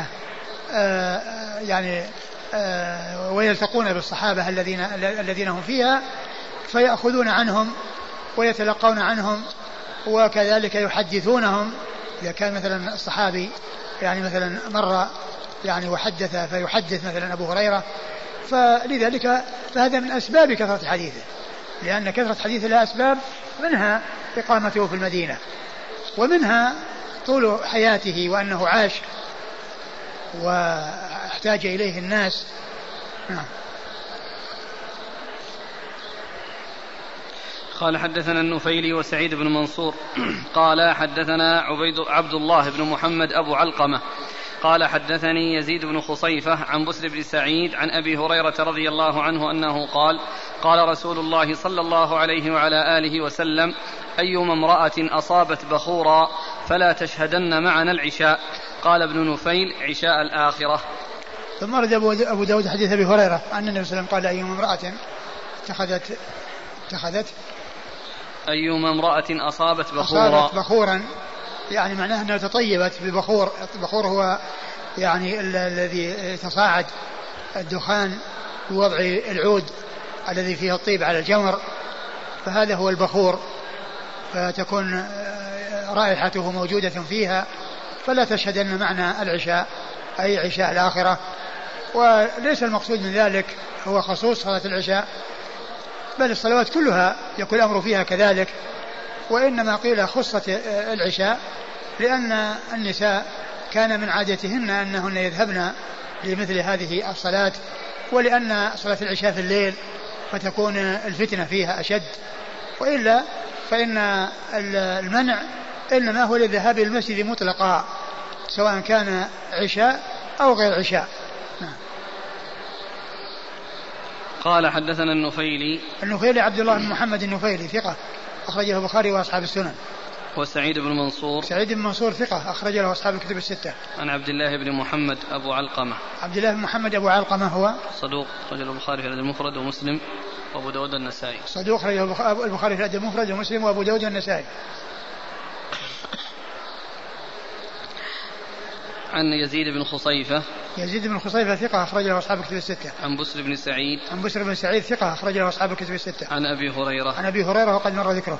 ويلتقون بالصحابة الذين هم فيها فيأخذون عنهم ويتلقون عنهم، وكذلك يحدثونهم. إذا كان مثلا الصحابي يعني مثلا مر يعني وحدث فيحدث مثلا أبو هريرة، فلذلك فهذا من أسباب كثرة حديثه، لأن كثرة حديثه لها أسباب، منها إقامته في المدينة، ومنها طول حياته وأنه عاش واحتاج إليه الناس. قال حدثنا النفيلي وسعيد بن منصور قال حدثنا عبد الله بن محمد أبو علقمة قال حدثني يزيد بن خصيفة عن بسر بن سعيد عن أبي هريرة رضي الله عنه أنه قال قال رسول الله صلى الله عليه وعلى آله وسلم أيما امرأة أصابت بخورا فلا تشهدن معنا العشاء. قال ابن نفيل عشاء الآخرة. ثم رد أبو داود حديث أبي هريرة أن النبي صلى الله عليه وسلم قال أيما امرأة اتخذت أيما امرأة أصابت بخورا يعني معناه أنها تطيبت ببخور. البخور هو يعني الذي يتصاعد الدخان بوضع العود الذي فيه الطيب على الجمر، فهذا هو البخور، فتكون رائحته موجودة فيها، فلا تشهدن معنى العشاء أي عشاء الآخرة. وليس المقصود من ذلك هو خصوص صلاة العشاء، بل الصلوات كلها يكون الأمر فيها كذلك، وإنما قيل خصت العشاء لأن النساء كان من عادتهن أنهن يذهبن لمثل هذه الصلاة ولأن صلاة العشاء في الليل فتكون الفتنة فيها أشد، وإلا فإن المنع إنما هو للذهاب المسجد مطلقا سواء كان عشاء أو غير عشاء. قال حدثنا النفيلي عبد الله بن محمد النفيلي ثقة أخرجه البخاري وأصحاب السنن. وسعيد بن منصور ثقة أخرج له أصحاب الكتب الستة. عن عبد الله بن محمد أبو علقمة هو صدوق أخرجه البخاري في الأدب المفرد ومسلم وأبو داود النسائي. صدوق أخرجه البخاري في الأدب المفرد ومسلم وأبو داود النسائي. عن يزيد بن خصيفة ثقة أخرج له أصحاب الكتب الستة. عن بسر بن سعيد ثقة أخرج له أصحاب الكتب الستة. عن أبي هريرة وقد مر ذكره.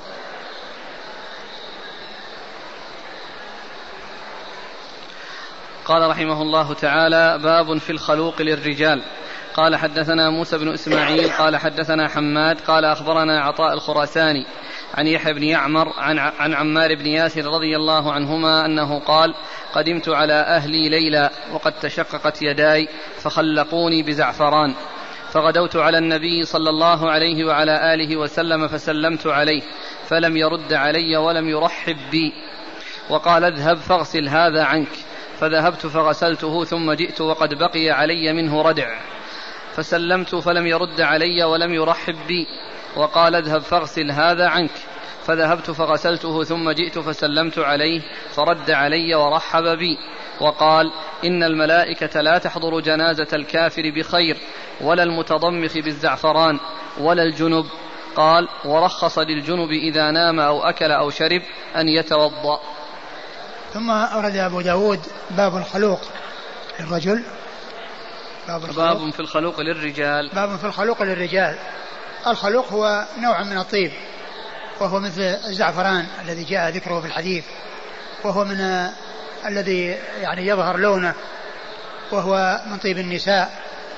قال رحمه الله تعالى: باب في الخلوق للرجال. قال حدثنا موسى بن إسماعيل قال حدثنا حماد قال أخبرنا عطاء الخراساني عن يحيى بن يعمر عن عمار بن ياسر رضي الله عنهما أنه قال: قدمت على أهلي ليلا وقد تشققت يداي فخلقوني بزعفران، فغدوت على النبي صلى الله عليه وعلى آله وسلم فسلمت عليه فلم يرد علي ولم يرحب بي، وقال: اذهب فاغسل هذا عنك. فذهبت فغسلته ثم جئت وقد بقي علي منه ردع، فسلمت فلم يرد علي ولم يرحب بي، وقال: اذهب فاغسل هذا عنك. فذهبت فغسلته ثم جئت فسلمت عليه فرد علي ورحب بي، وقال: إن الملائكة لا تحضر جنازة الكافر بخير ولا المتضمخ بالزعفران ولا الجنب. قال: ورخص للجنب إذا نام أو أكل أو شرب أن يتوضأ. ثم أورد أبو داود باب الخلوق للرجل. باب في الخلوق للرجال. الخلوق هو نوع من الطيب، وهو مثل الزعفران الذي جاء ذكره في الحديث، وهو من الذي يعني يظهر لونه، وهو من طيب النساء.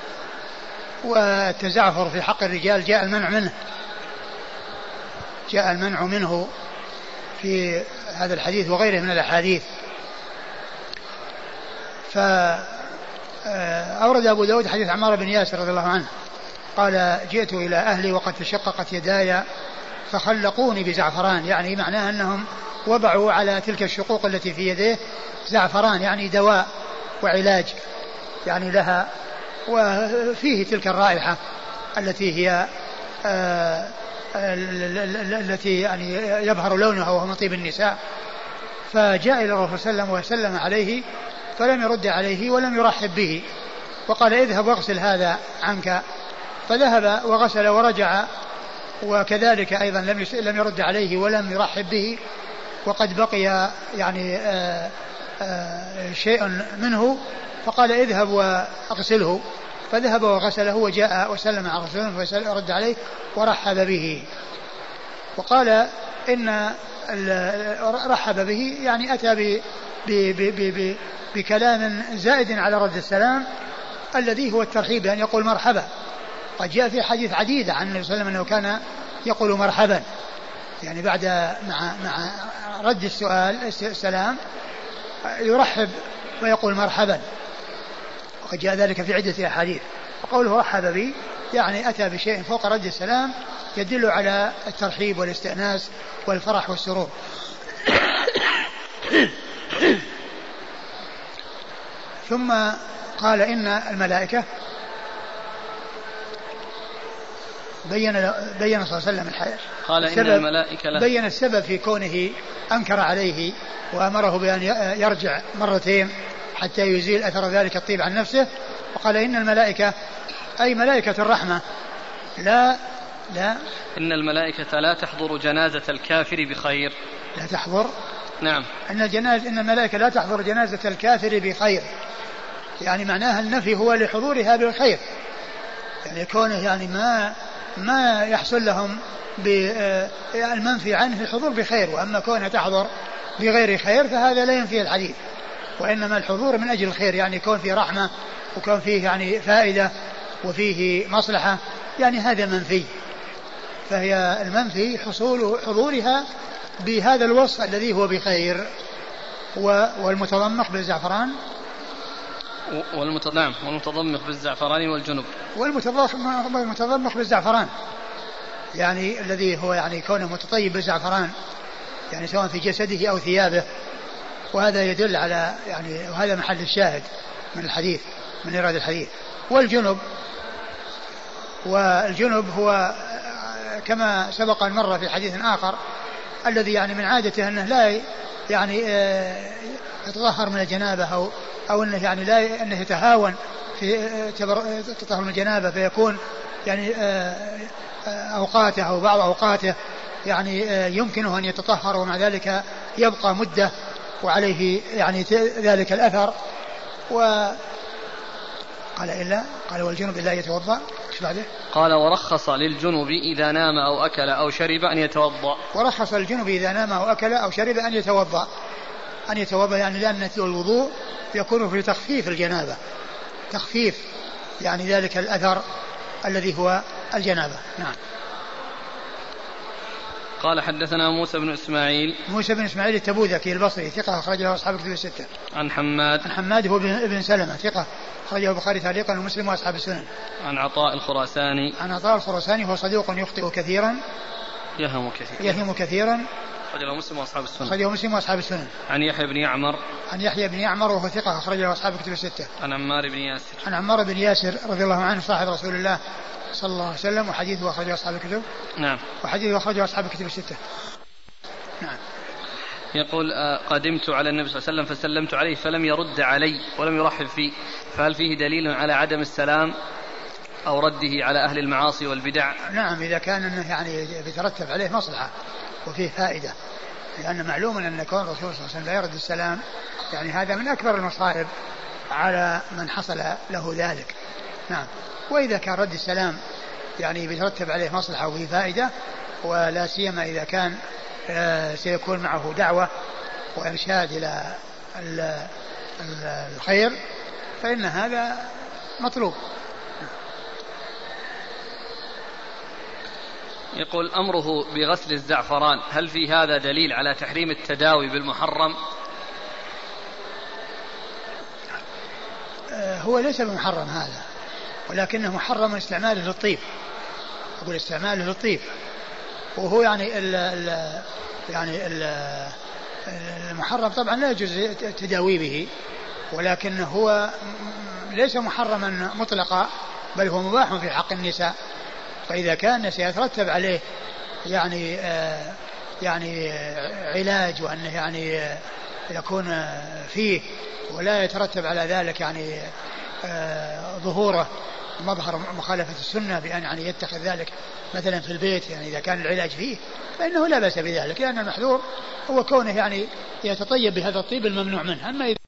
والتزعفر في حق الرجال جاء المنع منه في هذا الحديث وغيره من الأحاديث. فأورد أبو داود حديث عمار بن ياسر رضي الله عنه قال: جئت إلى أهلي وقد تشققت يداي فخلقوني بزعفران، يعني معناه أنهم وضعوا على تلك الشقوق التي في يديه زعفران، يعني دواء وعلاج يعني لها، وفيه تلك الرائحة التي هي التي يعني يظهر لونها وهو من طيب النساء. فجاء إلى الرسول صلى الله عليه وسلم وسلم عليه فلم يرد عليه ولم يرحب به، وقال: اذهب واغسل هذا عنك. فذهب وغسل ورجع، وكذلك أيضا لم يرد عليه ولم يرحب به، وقد بقي يعني شيء منه، فقال: اذهب واغسله. فذهب وغسله وجاء وسلم على رسول الله فرد عليه ورحب به. وقال إن رحب به يعني أتى بكلام زائد على رد السلام الذي هو الترحيب، أن يقول مرحبا. قد جاء في حديث عديدة عن النبي صلى الله عليه وسلم أنه كان يقول مرحبا، يعني بعد مع رد السلام يرحب ويقول مرحبا، وقد جاء ذلك في عدة أحاديث. وقوله رحب بي يعني أتى بشيء فوق رد السلام يدل على الترحيب والاستئناس والفرح والسرور. ثم قال: إن الملائكة بين صلى الله عليه وسلم قال إن الملائكة بين السبب في كونه أنكر عليه وأمره بأن يرجع مرتين حتى يزيل أثر ذلك الطيب عن نفسه. وقال: إن الملائكة أي ملائكة الرحمة لا إن الملائكة لا تحضر جنازة الكافر بخير. لا تحضر، نعم، إن الملائكة لا تحضر جنازة الكافر بخير، يعني معناها النفي هو لحضورها بالخير، يعني كونه يعني ما يحصل لهم بالمنفي عنه الحضور بخير، وأما كونها تحضر بغير خير فهذا لا ينفي الحديث، وإنما الحضور من أجل الخير، يعني يكون فيه رحمة وكون فيه يعني فائدة وفيه مصلحة، يعني هذا منفي. فهي المنفي حصول حضورها بهذا الوصف الذي هو بخير. والمتضمخ بالزعفران والمتضمخ بالزعفران والجنب. والمتضمخ بالزعفران يعني الذي هو يعني كونه متطيب بالزعفران يعني سواء في جسده أو ثيابه، وهذا يدل على يعني وهذا محل الشاهد من الحديث من إيراد الحديث. والجنب هو كما سبق أن مر في حديث آخر الذي يعني من عادته أنه لا يعني يتطهر من الجنابة أو أنه يعني لا أنه يتهاون في تطهر من الجنابة، فيكون يعني أوقاته أو بعض أوقاته يعني يمكنه أن يتطهر ومع ذلك يبقى مدة وعليه يعني ذلك الأثر. قال والجنب إلا يتوضأ. ايش بعده؟ قال ورخص للجنب إذا نام أو أكل أو شرب أن يتوضأ. ورخص للجنب إذا نام أو أكل أو شرب أن يتوضأ يعني لأن الوضوء يكون في تخفيف الجنابة، تخفيف يعني ذلك الأثر الذي هو الجنابة. نعم. قال حدثنا موسى بن إسماعيل التبوذكي البصري ثقة أخرج له أصحاب الكتب الستة. عن حماد هو ابن سلمة ثقة أخرجه البخاري تعليقا ومسلم وأصحاب السنن. عن عطاء الخراساني هو صدوق يخطئ كثيرا يهم كثيرا أخرجه مسلم وأصحاب السنن. عن يحيى بن يعمر وهو ثقة أخرجه أصحاب الكتب الستة. عن عمار بن ياسر رضي الله عنه صاحب رسول الله صلى الله عليه وسلم وحديثه أخرجه أصحاب الكتب. نعم. وحديثه أخرجه أصحاب الكتب الستة. نعم. يقول قدمت على النبي صلى الله عليه وسلم فسلمت عليه فلم يرد علي ولم يرحب فيه، فهل فيه دليل على عدم السلام أو رده على أهل المعاصي والبدع؟ نعم، إذا كان أنه يعني يترتب عليه مصلحة وفيه فائدة، لأن معلوم أن كون الرسول صلى الله عليه وسلم لا يرد السلام يعني هذا من أكبر المصائب على من حصل له ذلك. نعم. وإذا كان رد السلام يعني بيترتب عليه مصلحة وفيه فائدة، ولا سيما إذا كان سيكون معه دعوة وإرشاد إلى الخير، فإن هذا مطلوب. يقول أمره بغسل الزعفران، هل في هذا دليل على تحريم التداوي بالمحرم؟ هو ليس بمحرم هذا، ولكنه محرم استعماله للطيب، أقول استعماله للطيب، وهو يعني المحرم طبعا لا يجوز التداوي به، ولكن هو ليس محرما مطلقا بل هو مباح في حق النساء. فإذا كان سيترتب عليه يعني علاج وأنه يعني يكون فيه ولا يترتب على ذلك يعني ظهوره مظهر مخالفة السنة بأن يعني يتخذ ذلك مثلا في البيت، يعني إذا كان العلاج فيه فإنه لا بأس بذلك، لأن المحذور هو كونه يعني يتطيب بهذا الطيب الممنوع منه. أما